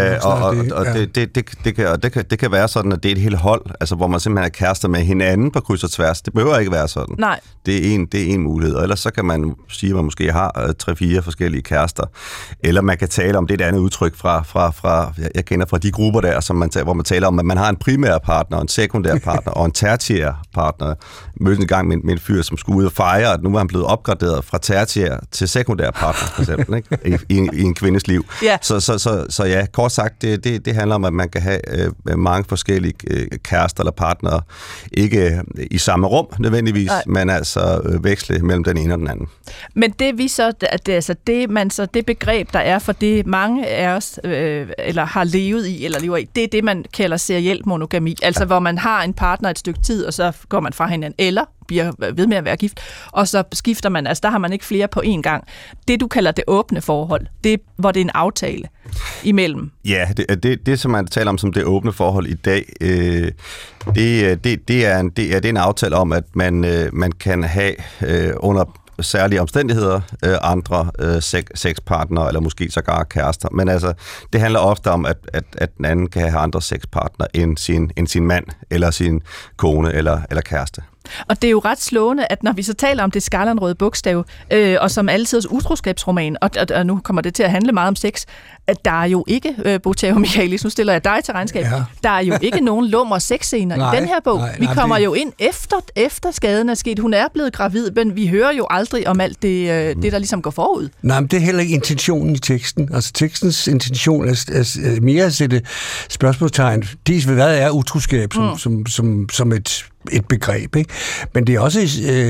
det kan være sådan, at det er et helt hold, altså hvor man simpelthen er kærester med hinanden på kryds og tværs. Det behøver ikke være sådan. Nej. Det er en mulighed. Og ellers så kan man sige, at man måske har 3-4 forskellige kærester. Eller man kan tale om, det er et andet udtryk fra jeg kender fra de grupper der, hvor man taler om, at man har en primær partner, en sekundær partner og en tertiær partner. Mødte en gang med en fyr, som skulle ud og fejre, at nu var han blevet opgraderet fra tertiær til sekundær partner, for eksempel, ikke? I en kvindes liv. Ja. Så ja, kort sagt, det handler om, at man kan have mange forskellige kærester eller partnere, ikke i samme rum nødvendigvis, men altså veksle mellem den ene og den anden. Men det vi så, det begreb, der er for det, mange af os eller har levet i, eller lever i, det er det, man kalder seriel monogami, altså hvor man har en partner et stykke tid, og så går man fra hinanden, eller bliver ved med at være gift, og så skifter man, altså der har man ikke flere på én gang. Det, du kalder det åbne forhold, det er, hvor det er en aftale imellem. Ja, det som man taler om som det åbne forhold i dag, det er en aftale om, at man kan have under særlige omstændigheder, andre sexpartnere, eller måske sågar kærester. Men altså, det handler ofte om, at den anden kan have andre sexpartnere end sin mand, eller sin kone, eller kæreste. Og det er jo ret slående, at når vi så taler om det skarlandrøde bogstav, og som altidens utroskabsroman, og nu kommer det til at handle meget om sex, at der er jo ikke, Botero Michaelis, nu stiller jeg dig til regnskab, der er jo ikke nogen lummer sexscener i den her bog. Vi kommer jo ind efter skaden er sket. Hun er blevet gravid, men vi hører jo aldrig om alt det der ligesom går forud. Nej, men det er heller ikke intentionen i teksten. Altså tekstens intention er mere at sætte spørgsmålstegn. Dels ved, hvad er utroskab som et begreb, ikke? Men det er også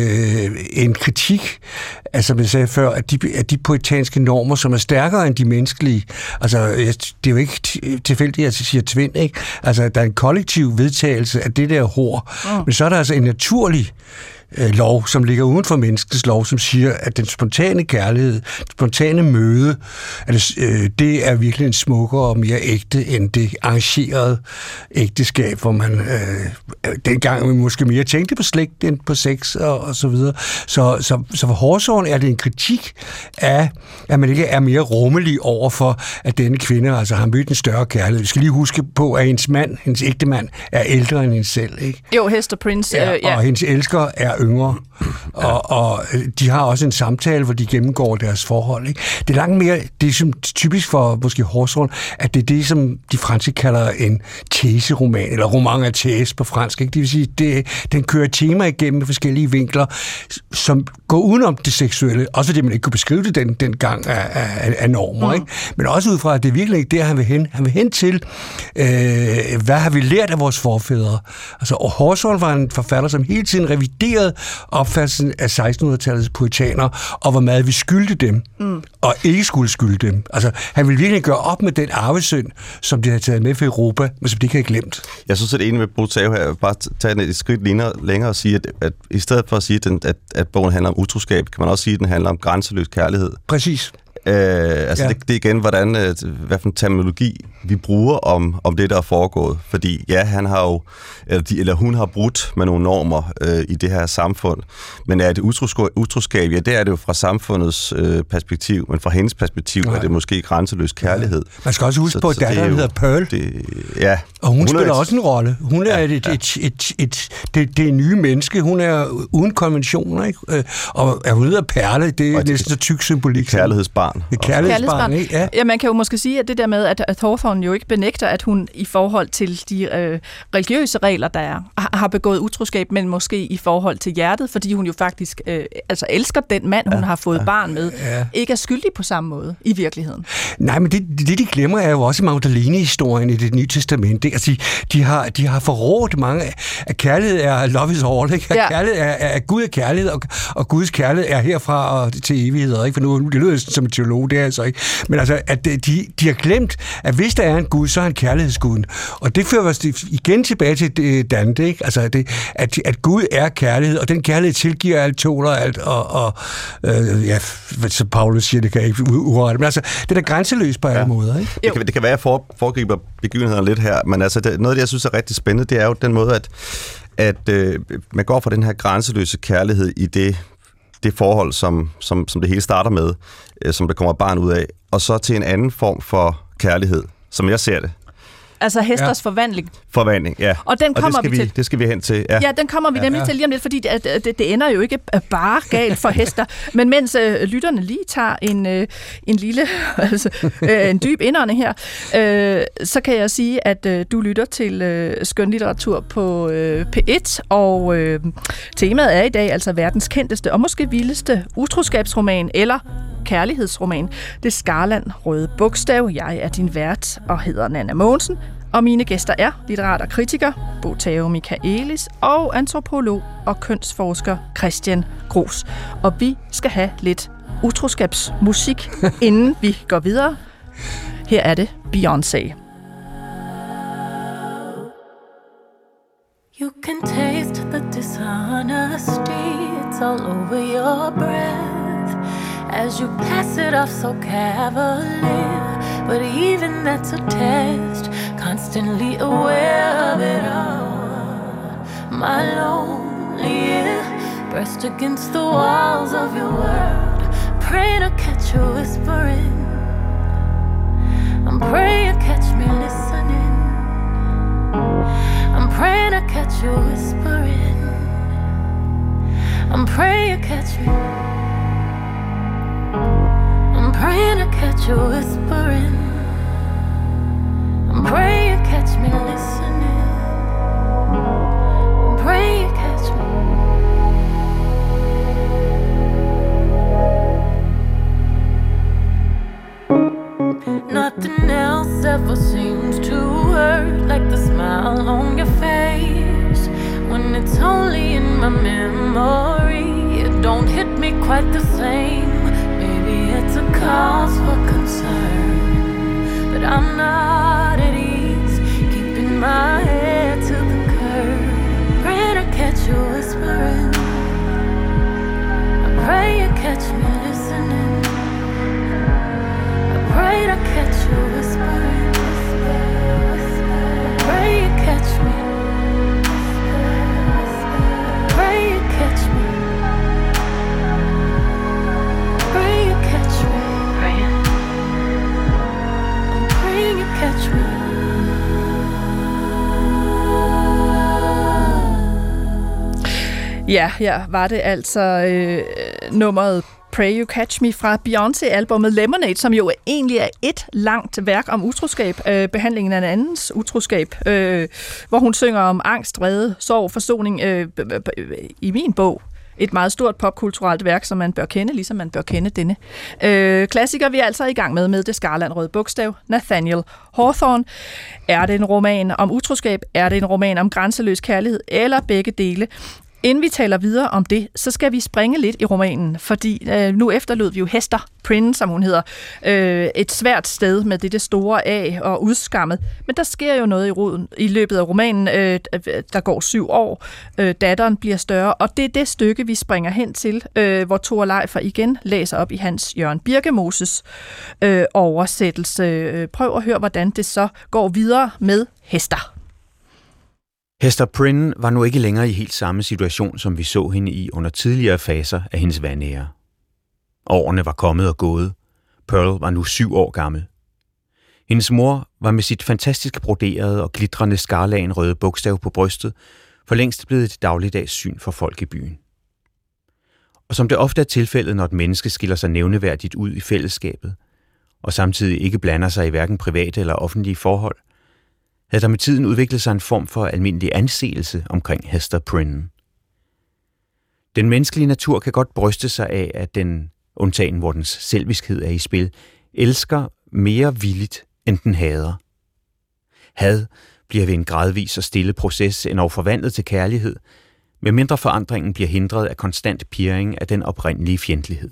en kritik, altså som jeg sagde før, at de poetanske normer, som er stærkere end de menneskelige. Altså, det er jo ikke tilfældigt, at jeg siger tvind, ikke? Altså, der er en kollektiv vedtagelse af det der hor, men så er der altså en naturlig lov, som ligger uden for menneskets lov, som siger, at den spontane kærlighed, den spontane møde, det er virkelig en smukkere og mere ægte end det arrangerede ægteskab, hvor man dengang måske mere tænkte på slægt end på sex og så videre. Så for Horsorn er det en kritik af, at man ikke er mere rummelig over for, at denne kvinde altså har mødt en større kærlighed. Vi skal lige huske på, at hendes ægte mand, er ældre end hende selv, ikke? Jo, Hester Prince. Og hendes elsker er yngre, og de har også en samtale, hvor de gennemgår deres forhold, ikke? Det er langt mere, det er som typisk for måske Horsorn, at det er det, som de franske kalder en tese-roman, eller roman af tese på fransk, ikke? Det vil sige, den kører tema igennem forskellige vinkler, som går udenom det seksuelle, også fordi man ikke kunne beskrive det den gang af normer, ikke? Men også ud fra, at det virkelig ikke der, han vil hen. Han vil hen til, hvad har vi lært af vores forfædre? Altså, og Horsorn var en forfatter, som hele tiden reviderede opfattelsen af 1600-tallets puritaner, og hvor meget vi skyldte dem, og ikke skulle skylde dem. Altså, han ville virkelig gøre op med den arvesynd, som de havde taget med fra Europa, men som de ikke havde glemt. Jeg synes, at det ene med Botero her, bare tage et skridt længere og sige, at i stedet for at sige, at bogen handler om utroskab, kan man også sige, at den handler om grænseløs kærlighed. Præcis. Det er igen, hvad for en terminologi vi bruger om det, der er foregået. Fordi ja, han har jo, eller hun har brudt med nogle normer i det her samfund. Men er det utroskab? Ja, det er det jo fra samfundets perspektiv, men fra hendes perspektiv er det måske grænseløs kærlighed. Ja. Man skal også huske på, at datteren hedder Pearl. Og hun spiller også en rolle. Hun er det nye menneske. Hun er uden konventioner, ikke? Og er hun hedder Perle, det er næsten så tyk symbolik. Kærlighedsbarn. Kærlighedsbarn, ikke? Ja, man kan jo måske sige, at det der med, at Hawthorne jo ikke benægter, at hun i forhold til de religiøse regler, der er, har begået utroskab, men måske i forhold til hjertet, fordi hun jo faktisk elsker den mand, hun har fået barn med, ikke er skyldig på samme måde i virkeligheden. Nej, men det de glemmer er jo også Magdalene-historien i Det Nye Testament. Altså, de har forrådt mange af kærlighed er love is all, ikke? Kærlighed er Gud er kærlighed, og Guds kærlighed er herfra og til evigheder, ikke? For nu, det lyder som en teolog, det er altså ikke. Men altså, at de har glemt, at hvis der er en Gud, så er han kærlighedsguden. Og det fører os igen tilbage til Dante, ikke? Altså, at Gud er kærlighed, og den kærlighed tilgiver alt, tåler alt, og så Paulus siger, det kan ikke urette. Men altså, det er da grænseløst på alle måder, ikke? Det kan være, at jeg foregriber begivenhederne lidt her, men altså, noget af det, jeg synes er rigtig spændende, det er jo den måde, at man går fra den her grænseløse kærlighed i det forhold, som det hele starter med, som der kommer barn ud af, og så til en anden form for kærlighed, som jeg ser det. Altså Hesters forvandling. Forvandling, ja. Og den kommer vi til. Det skal vi hen til, ja. Ja, den kommer vi nemlig til lige om lidt, fordi det ender jo ikke bare galt for Hester. Men mens lytterne lige tager en lille, en dyb indånding her, så kan jeg sige, at du lytter til skønlitteratur på P1, og temaet er i dag altså verdens kendteste og måske vildeste utroskabsroman, eller kærlighedsroman. Det Skarland Røde Bogstav. Jeg er din vært og hedder Nanna Mogensen. Og mine gæster er litterat og kritiker Bo Tao Michaelis og antropolog og kønsforsker Christian Gros. Og vi skal have lidt utroskabsmusik, inden vi går videre. Her er det Beyoncé. You can taste the dishonesty, it's all over your breath as you pass it off so cavalier, but even that's a test, constantly aware of it all. My lonely ear pressed against the walls of your world, praying to catch you whispering. I'm praying to catch me listening. I'm praying to catch you whispering. I'm praying to catch me. I'm praying to catch you whispering. I'm praying to catch me listening. I'm praying to catch me. Nothing else ever seems to hurt like the smile on your face. When it's only in my memory, it don't hit me quite the same. Maybe it's a cause for concern, but I'm not at ease, keeping my head to the curb, praying to catch you whispering. I pray you catch me listening. I pray to catch you whispering. I pray you catch me. I pray you catch me. Pray you catch me. I'm praying you catch me. Ja, her var det altså nummeret Pray You Catch Me fra Beyoncé-albummet Lemonade, som jo egentlig er et langt værk om utroskab, behandlingen af en andens utroskab, hvor hun synger om angst, vrede, sorg, forsoning. I min bog et meget stort popkulturelt værk, som man bør kende, ligesom man bør kende denne klassiker, vi er altså i gang med Det Skarland Røde Bogstav, Nathaniel Hawthorne. Er det en roman om utroskab? Er det en roman om grænseløs kærlighed? Eller begge dele? Inden vi taler videre om det, så skal vi springe lidt i romanen, fordi nu efterlod vi jo Hester Prynne, som hun hedder, et svært sted med det store A og udskammet. Men der sker jo noget i løbet af romanen. Der går 7 år. Datteren bliver større, og det er det stykke, vi springer hen til, hvor Thor Leifert igen læser op i Hans Jørgen Birkemoses oversættelse. Prøv at høre, hvordan det så går videre med Hester. Hester Prynne var nu ikke længere i helt samme situation, som vi så hende i under tidligere faser af hendes vanære. Årene var kommet og gået. Pearl var nu 7 år gammel. Hendes mor var med sit fantastisk broderede og glitrende skarlagenrøde bogstav på brystet for længst blevet et dagligdags syn for folk i byen. Og som det ofte er tilfældet, når et menneske skiller sig nævneværdigt ud i fællesskabet, og samtidig ikke blander sig i hverken private eller offentlige forhold, havde der med tiden udviklet sig en form for almindelig anseelse omkring Hester Prynne. Den menneskelige natur kan godt bryste sig af, at den, undtagen hvor dens selviskhed er i spil, elsker mere villigt, end den hader. Had bliver ved en gradvis og stille proces endog forvandlet til kærlighed, medmindre forandringen bliver hindret af konstant pirring af den oprindelige fjendtlighed.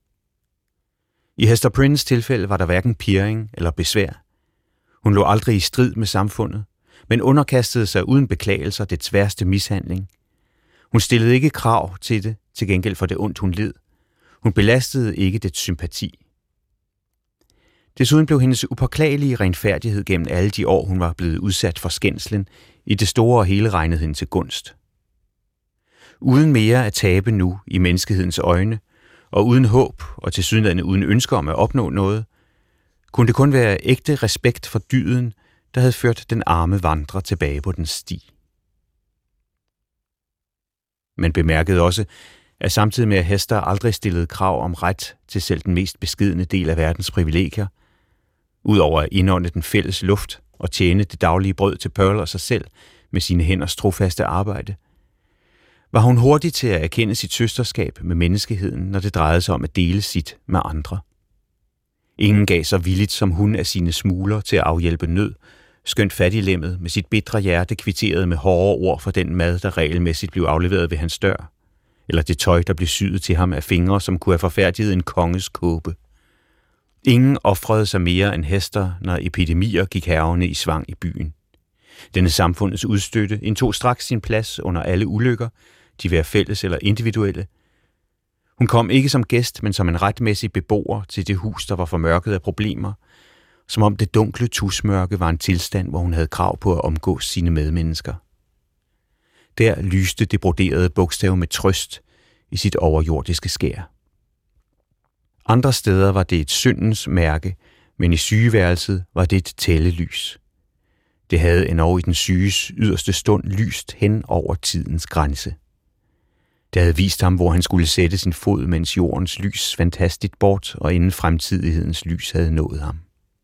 I Hester Prynnes tilfælde var der hverken pirring eller besvær. Hun lå aldrig i strid med samfundet, men underkastede sig uden beklagelser dets værste mishandling. Hun stillede ikke krav til det, til gengæld for det ondt hun led. Hun belastede ikke dets sympati. Desuden blev hendes upåklagelige renfærdighed gennem alle de år, hun var blevet udsat for skændslen, i det store og hele regnet hende til gunst. Uden mere at tabe nu i menneskehedens øjne, og uden håb og tilsyneladende uden ønsker om at opnå noget, kunne det kun være ægte respekt for dyden, der havde ført den arme vandrer tilbage på den sti. Man bemærkede også, at samtidig med at Hester aldrig stillede krav om ret til selv den mest beskedne del af verdens privilegier, udover at indånde den fælles luft og tjene det daglige brød til Pearl og sig selv med sine hænders trofaste arbejde, var hun hurtig til at erkende sit søsterskab med menneskeheden, når det drejede sig om at dele sit med andre. Ingen gav så villigt som hun af sine smugler til at afhjælpe nød, skønt fattiglemmet med sit bitre hjerte kvitterede med hårde ord for den mad, der regelmæssigt blev afleveret ved hans dør, eller det tøj, der blev syet til ham af fingre, som kunne have forfærdiget en konges kåbe. Ingen ofrede sig mere end Hester, når epidemier gik hærgende i svang i byen. Denne samfundets udstøtte indtog straks sin plads under alle ulykker, de være fælles eller individuelle. Hun kom ikke som gæst, men som en retmæssig beboer til det hus, der var formørket af problemer, som om det dunkle tusmørke var en tilstand, hvor hun havde krav på at omgås sine medmennesker. Der lyste det broderede bogstav med trøst i sit overjordiske skær. Andre steder var det et syndens mærke, men i sygeværelset var det et tællelys. Det havde endog i den syges yderste stund lyst hen over tidens grænse. Det havde vist ham, hvor han skulle sætte sin fod, mens jordens lys fantastisk bort, og inden fremtidighedens lys havde nået ham.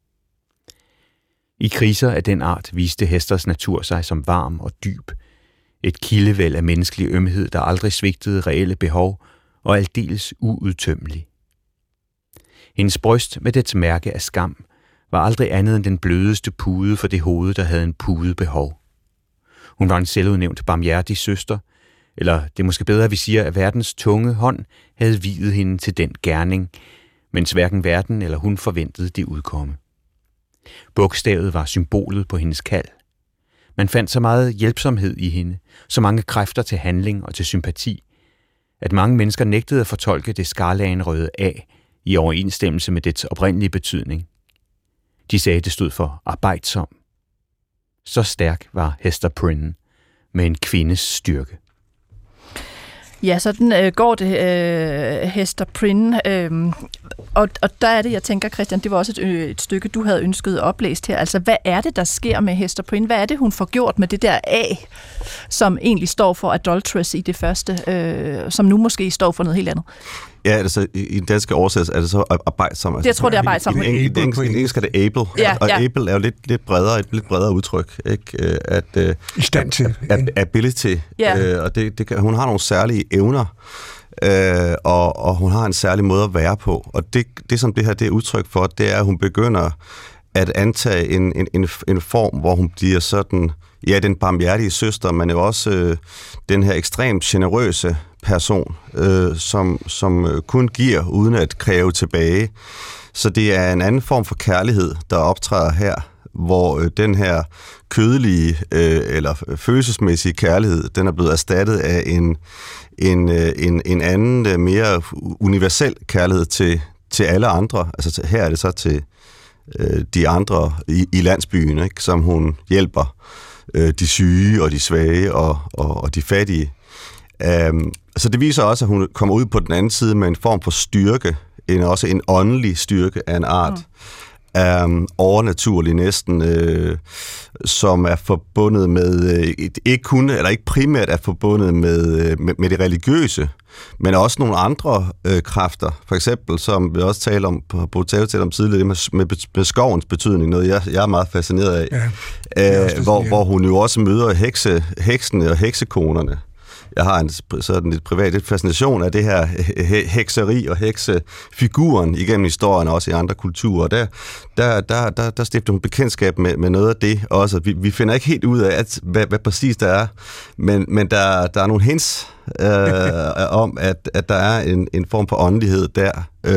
I kriser af den art viste Hesters natur sig som varm og dyb, et kildevæld af menneskelig ømhed, der aldrig svigtede reelle behov, og aldeles uudtømmelig. Hendes bryst med dets mærke af skam var aldrig andet end den blødeste pude for det hoved, der havde en pude behov. Hun var en selvudnævnt barmhjertig søster, eller det er måske bedre, at vi siger, at verdens tunge hånd havde viet hende til den gerning, mens hverken verden eller hun forventede det udkomme. Bogstavet var symbolet på hendes kald. Man fandt så meget hjælpsomhed i hende, så mange kræfter til handling og til sympati, at mange mennesker nægtede at fortolke det skarlagenrøde A i overensstemmelse med dets oprindelige betydning. De sagde, det stod for arbejdsom. Så stærk var Hester Prynne med en kvindes styrke. Ja, sådan går det, Hester Prynne. Og der er det, jeg tænker, Christian, det var også et stykke, du havde ønsket oplæst her. Altså, hvad er det, der sker med Hester Prynne? Hvad er det, hun får gjort med det der A, som egentlig står for adulteress i det første, som nu måske står for noget helt andet? Ja, altså i den danske oversættelse er det så arbejdsom. Altså, jeg tror, det er arbejdsom. I engelsk er det able, ja, og ja. able er jo lidt bredere udtryk, ikke? I stand til. Ability, Ja. og hun har nogle særlige evner, og hun har en særlig måde at være på. Og det som det her det er udtryk for, det er, at hun begynder at antage en form, hvor hun bliver sådan den barmhjertige søster, men jo også den her ekstremt generøse person, som kun giver uden at kræve tilbage. Så det er en anden form for kærlighed, der optræder her, hvor den her kødelige eller følelsesmæssige kærlighed, den er blevet erstattet af en anden, mere universel kærlighed til alle andre. Altså her er det så til de andre i landsbyen, ikke, som hun hjælper, de syge og de svage og de fattige. Så det viser også, at hun kommer ud på den anden side med en form for styrke, også en åndelig styrke af en art, overnaturlig næsten, som er forbundet med, ikke primært er forbundet med det religiøse, men også nogle andre kræfter. For eksempel, som vi også talte om på tidligere, med skovens betydning, noget jeg er meget fascineret af, hvor hun jo også møder heksene og heksekonerne. Jeg har sådan et privat fascination af det her hekseri og heksefiguren igennem historien, også i andre kulturer. Der stifter hun bekendtskab med noget af det også. Vi finder ikke helt ud af, hvad præcis der er, men der er nogle hints om, at der er en form for åndelighed der,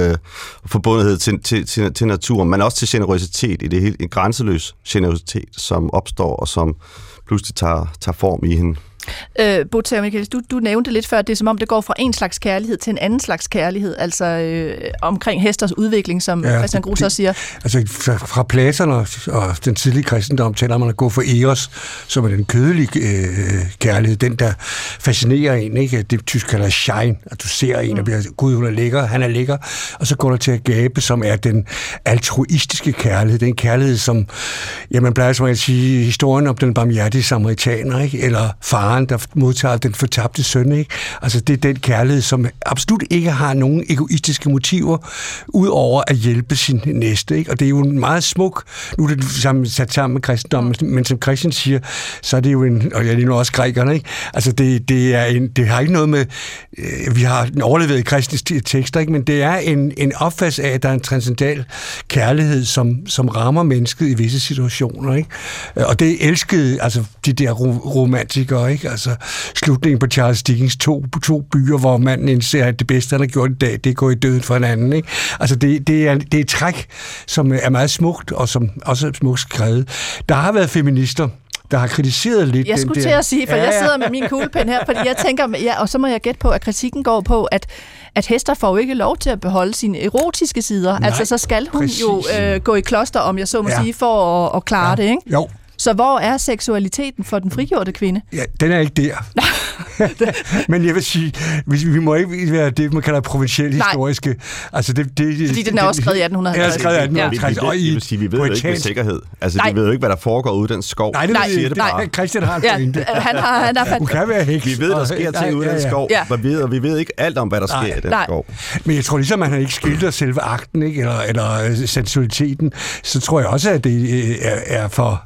forbundethed til naturen, men også til generøsitet i det hele, en grænseløs generøsitet, som opstår og som pludselig tager form i hende. Bo Terje Michaelis, du nævnte lidt før, det er som om det går fra en slags kærlighed til en anden slags kærlighed, altså omkring hesters udvikling, som Christian Gruss også siger. Altså fra Platon og den tidlige kristendom taler man at gå for eros, som er den kødelige kærlighed, den der fascinerer en, ikke? Det tysk kalder Schein, at du ser en og bliver, gud, hun er lækker, han er lækker, og så går der til at gabe, som er den altruistiske kærlighed, den kærlighed, som, man plejer som at sige, historien om den barmhjertige samaritaner, ikke? Eller faren, der modtager den fortabte søn, ikke? Altså det er den kærlighed, som absolut ikke har nogen egoistiske motiver, udover at hjælpe sin næste, ikke? Og det er jo en meget smuk, nu er det sat sammen med kristendommen, men som Christian siger, så er det jo og jeg ligner også grækerne, ikke? Altså det har ikke noget med, vi har overleveret kristne tekster, ikke? Men det er en opfattelse af, at der er en transcendental kærlighed, som rammer mennesket i visse situationer, ikke? Og det elskede, altså de der romantikere, ikke? Altså slutningen på Charles Dickens to byer, hvor manden indser, at det bedste, han har gjort i dag, det går i døden for hinanden, ikke? Altså det er et træk, som er meget smukt, og som også er smukt skrevet. Der har været feminister, der har kritiseret lidt. Jeg skulle til at sige, for jeg sidder med min kuglepen her, fordi jeg tænker, og så må jeg gætte på, at kritikken går på, at hester får jo ikke lov til at beholde sine erotiske sider. Nej, altså så skal hun jo gå i kloster, om jeg så må sige, for at klare det, ikke? Jo. Så hvor er seksualiteten for den frigjorte kvinde? Ja, den er ikke der. Men jeg vil sige, vi må ikke være det, man kalder provincielt historiske. Altså fordi den er også skrevet i 1850. Vi ved jo ikke med sikkerhed. Altså, vi ved jo ikke, hvad der foregår ude i den skov. Nej, det ved vi ikke. Christian har en pointe. Hun kan være heks. Vi ved, der sker ting ude i den skov, og vi ved ikke alt om, hvad der sker i den skov. Men jeg tror ligesom, man har ikke skildrer selve akten, ikke? Eller sensualiteten, så tror jeg også, at det er for...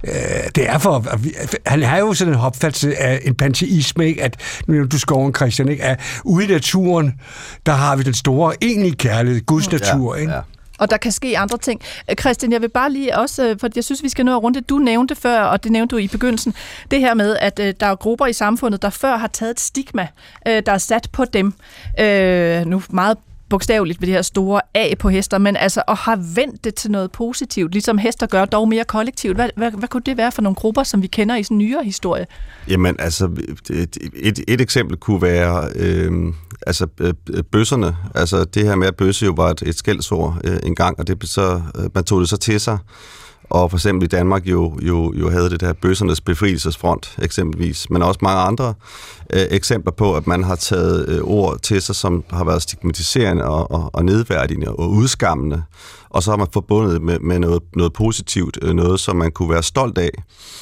han har jo sådan en opfattelse af en panteisme, ikke? At nu du skoven, Christian, ikke? At ude i naturen, der har vi den store egentlige kærlighed, Guds natur, ikke? Ja. Og der kan ske andre ting. Christian, jeg vil bare lige også, for jeg synes, vi skal nå rundt det, du nævnte før, og det nævnte du i begyndelsen, det her med, at der er grupper i samfundet, der før har taget et stigma, der er sat på dem. Nu meget bogstaveligt ved det her store A på hester, men altså og har vendt det til noget positivt, ligesom hester gør, dog mere kollektivt. Hvad kunne det være for nogle grupper, som vi kender i sådan en nyere historie? Jamen, altså, et eksempel kunne være bøsserne. Altså, det her med, at bøsse jo var et skældsord engang, og man tog det så til sig. Og for eksempel i Danmark jo havde det der bøssernes befrielsesfront eksempelvis, men også mange andre eksempler på, at man har taget ord til sig, som har været stigmatiserende og nedværdigende og udskammende, og så har man forbundet med noget positivt, noget som man kunne være stolt af.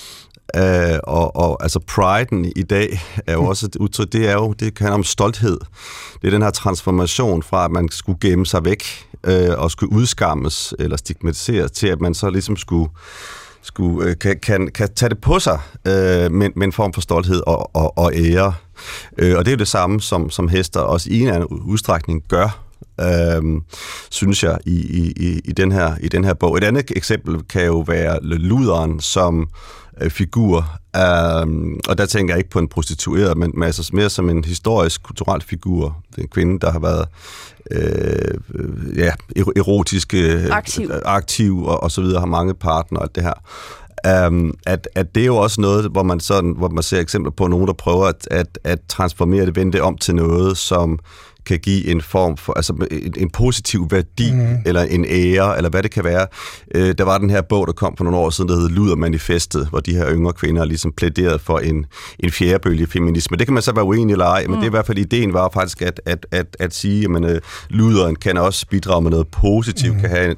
Og altså priden i dag er jo også et udtryk, det kan handle om stolthed. Det er den her transformation fra, at man skulle gemme sig væk og skulle udskammes eller stigmatiseres, til at man så ligesom kan tage det på sig med en form for stolthed og ære. Og det er jo det samme, som hester også i en eller anden udstrækning gør, synes jeg, i den her bog. Et andet eksempel kan jo være luderen, som figur. Og der tænker jeg ikke på en prostitueret, men altså mere som en historisk, kulturel figur. Det er en kvinde, der har været erotisk aktiv og så videre, har mange partnere og alt det her. At det er jo også noget, hvor man ser eksempler på nogen, der prøver at transformere det, vende det om til noget, som kan give en form for, altså en positiv værdi, eller en ære, eller hvad det kan være. Der var den her bog, der kom for nogle år siden, der hed Ludermanifestet, hvor de her yngre kvinder ligesom plæderede for en fjerdebølge feminisme. Det kan man så være uenig eller ej, men det er i hvert fald ideen var faktisk at sige, at luderen kan også bidrage med noget positivt, kan have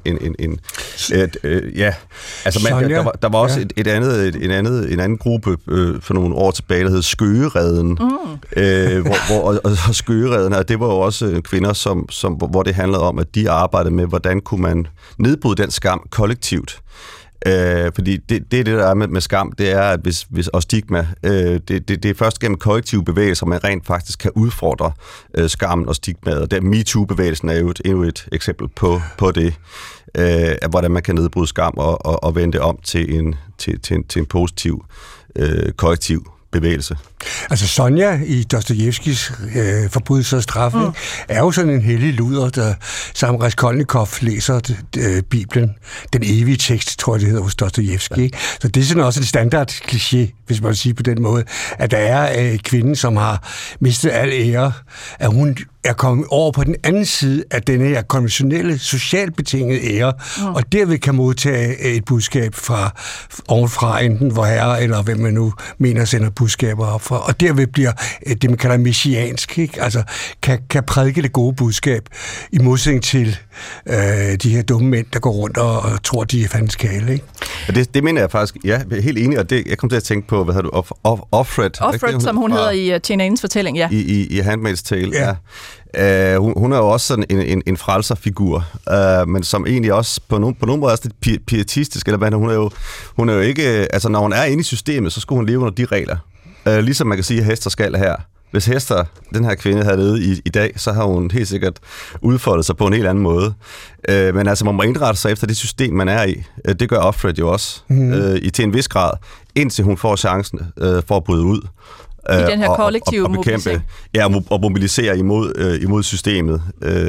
der var også en anden gruppe for nogle år tilbage, der hed Skøgereden, hvor Skøgereden her, det var jo også kvinder, hvor det handlede om, at de arbejdede med, hvordan kunne man nedbryde den skam kollektivt. Fordi det der er med skam, det er, at hvis og stigma, det er først gennem kollektive bevægelser, man rent faktisk kan udfordre skammen og stigmaet. Og der MeToo-bevægelsen er jo endnu et eksempel på det, at hvordan man kan nedbryde skam og vende det om til en positiv kollektiv bevægelse. Altså Sonja i Dostojevskijs Forbrydelse og straf, er jo sådan en hellig luder, der sammen Raskolnikov læser Bibelen, den evige tekst, tror jeg det hedder hos Dostojevskij. Ja. Så det er sådan også en standard kliché, hvis man vil sige på den måde, at der er kvinden, som har mistet al ære, at hun er kommet over på den anden side af denne her konventionelle, socialt betingede ære, og derved kan modtage et budskab fra ovenfra, enten hvor herre, eller hvem man nu mener sender budskaber op fra, og derved bliver det, man kalder messiansk, ikke? Altså kan prædike det gode budskab, i modsætning til de her dumme mænd, der går rundt og tror, de er fandens kale, ikke? Og det mener jeg faktisk, ja, jeg er helt enig, og jeg kom til at tænke på, hvad hedder du, Offred, som hun hedder i tjenerindens fortælling, ja. I Handmaid's Tale, ja. Hun er jo også sådan en frelserfigur, men som egentlig også på nogle måder er lidt pietistisk, eller hvad, hun er jo ikke, altså når hun er inde i systemet, så skulle hun leve under de regler. Ligesom man kan sige, at Hester skal her. Hvis Hester, den her kvinde, havde levet i dag, så har hun helt sikkert udfoldet sig på en helt anden måde. Men altså, man må indrette sig efter det system, man er i. Det gør Offred jo også, til en vis grad, indtil hun får chancen for at bryde ud. I den her kollektive mobilisering. Ja, og mobilisere imod systemet.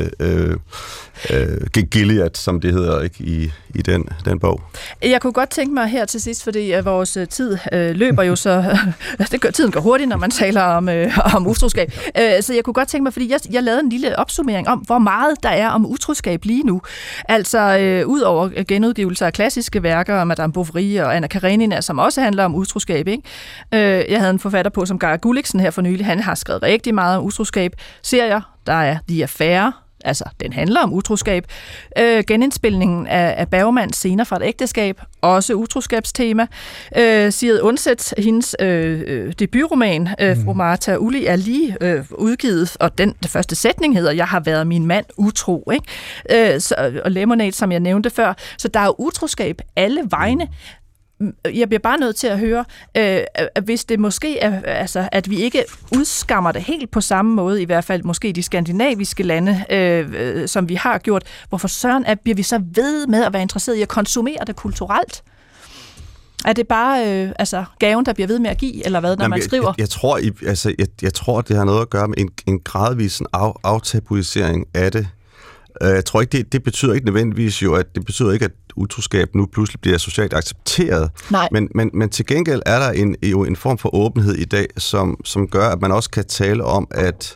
Gilead, som det hedder, ikke, i den bog. Jeg kunne godt tænke mig her til sidst, fordi vores tid løber jo så... tiden går hurtigt, når man taler om utroskab. Så jeg kunne godt tænke mig, fordi jeg lavede en lille opsummering om, hvor meget der er om utroskab lige nu. Altså, ud over genudgivelser af klassiske værker, Madame Bovary og Anna Karenina, som også handler om utroskab, ikke? Jeg havde en forfatter på, som Gar Gulliksen her for nylig. Han har skrevet rigtig meget om utroskab. Serier, der er The Affair, altså den handler om utroskab. Genindspilningen af Bergmans Scener fra et ægteskab, også utroskabstema. Sigrid Undset, hendes debutroman, Fru Martha Uli, er lige udgivet, og den første sætning hedder, jeg har været min mand utro, ikke? Og Lemonade, som jeg nævnte før. Så der er jo utroskab alle vegne. Jeg bliver bare nødt til at høre, hvis det måske er, altså, at vi ikke udskammer det helt på samme måde, i hvert fald måske de skandinaviske lande, som vi har gjort. Hvorfor søren bliver vi så ved med at være interesseret i at konsumere det kulturelt? Er det bare gaven, der bliver ved med at give, eller hvad, når man skriver? Jeg tror, det har noget at gøre med en gradvis aftabuisering af det. Jeg tror ikke, det betyder ikke nødvendigvis jo, at det betyder ikke, at utroskab nu pludselig bliver socialt accepteret. Nej. Men til gengæld er der en form for åbenhed i dag, som gør, at man også kan tale om, at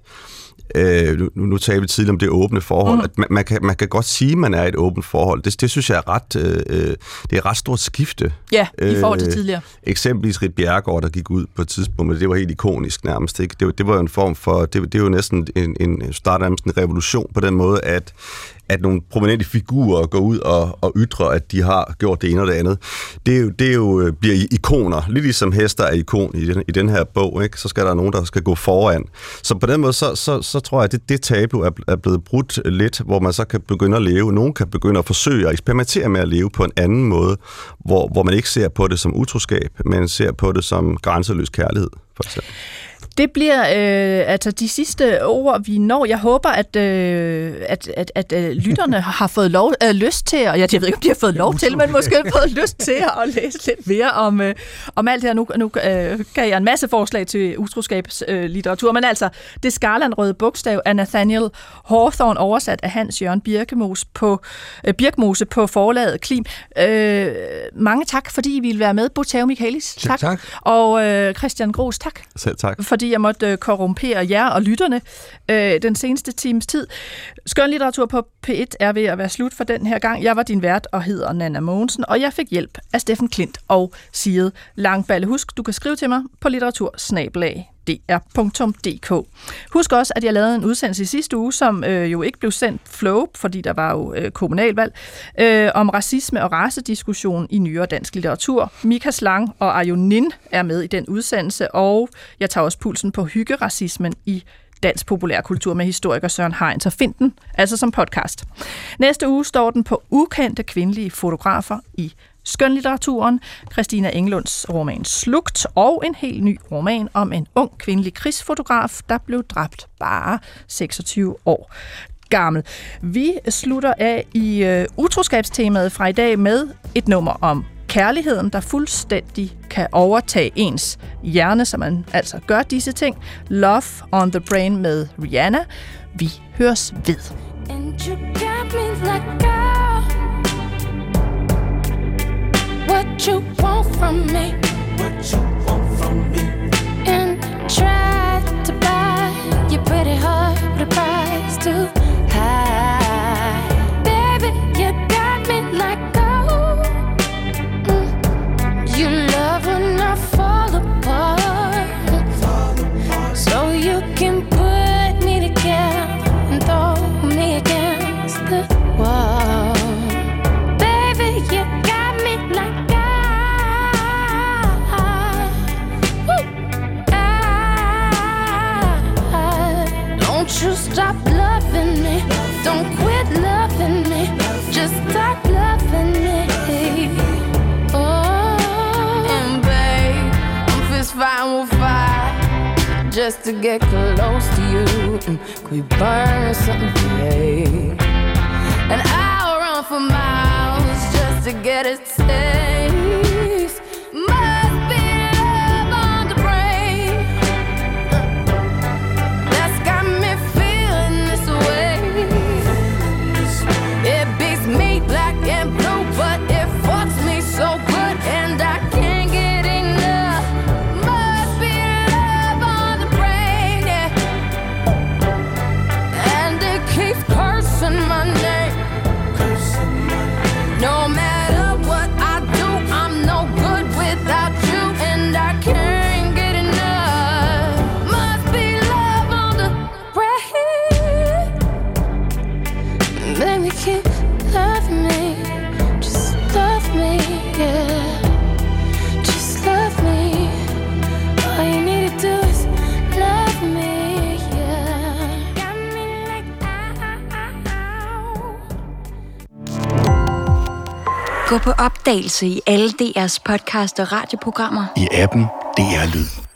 nu taler vi tidligere om det åbne forhold, at man kan godt sige, at man er i et åbent forhold. Det synes jeg er det er ret stort skifte. Ja, i forhold til tidligere. Eksempelvis Ritt Bjerregaard, der gik ud på et tidspunkt, men det var helt ikonisk nærmest. Ikke? Det var jo en form for, det er jo næsten en revolution på den måde, at nogle prominente figurer går ud og ytrer, at de har gjort det ene og det andet. Det bliver ikoner. Lidt ligesom Hester er ikon i den her bog, ikke? Så skal der nogen, der skal gå foran. Så på den måde, så tror jeg, at det tabu er blevet brudt lidt, hvor man så kan begynde at leve. Nogen kan begynde at forsøge at eksperimentere med at leve på en anden måde, hvor man ikke ser på det som utroskab, men ser på det som grænseløs kærlighed, for eksempel. Det bliver altså de sidste ord, vi når. Jeg håber, at lytterne har fået lyst til, og jeg ved ikke, om de har fået lov til, men måske har fået lyst til at læse lidt mere om alt det her. Nu gav jeg en masse forslag til utroskabslitteratur, men altså, Det Skarlandrøde Bogstav af Nathaniel Hawthorne, oversat af Hans Jørgen Birkmose på forlaget Klim. Mange tak, fordi I ville være med. Botao Michaelis, tak. Og Christian Gros, tak. Selv tak. Fordi jeg måtte korrumpere jer og lytterne den seneste times tid. Skønlitteratur på P1 er ved at være slut for den her gang. Jeg var din vært og hedder Nanna Mogensen, og jeg fik hjælp af Steffen Klint og Sigrid Langballe. Husk, du kan skrive til mig på litteratur@dr.dk. Husk også, at jeg lavede en udsendelse i sidste uge, som jo ikke blev sendt flow, fordi der var jo kommunalvalg, om racisme og racediskussion i nyere dansk litteratur. Mika Slang og Ayonin er med i den udsendelse, og jeg tager også pulsen på hyggeracismen i dansk populærkultur med historiker Søren Heinz, så find den altså som podcast. Næste uge står den på ukendte kvindelige fotografer i skønlitteraturen, Christina Englunds roman Slugt, og en helt ny roman om en ung kvindelig krigsfotograf, der blev dræbt bare 26 år gammel. Vi slutter af i utroskabstemaet fra i dag med et nummer om kærligheden, der fuldstændig kan overtage ens hjerne, så man altså gør disse ting. Love on the Brain med Rihanna. Vi høres ved. And you got me like, girl, what you want from me, what you want from me, and try to buy your pretty heart with a price too high. Baby, you got me like gold. You love when I fall apart, so you can put me together and throw me against the wall. Baby, you got me like don't you stop loving me, don't quit loving me, just stop loving me. Oh, and babe, I'm fist fighting with fire just to get close to you. Could we burn something today? And I'll run for miles just to get a taste. Must be love on the brain that's got me feeling this way. It beats me black and blue, but it fucks me so good, and I can't get enough. Must be love on the brain, yeah. And it keeps cursing my name. No matter what I do, I'm no good without you, and I can't get enough. Must be love on the brain. Baby, keep loving me, just love me, yeah. Just love me. All you need to do is love me, yeah. Got me like ow. Gå på opdagelse i alle DR's podcast og radioprogrammer. I appen DR Lyd.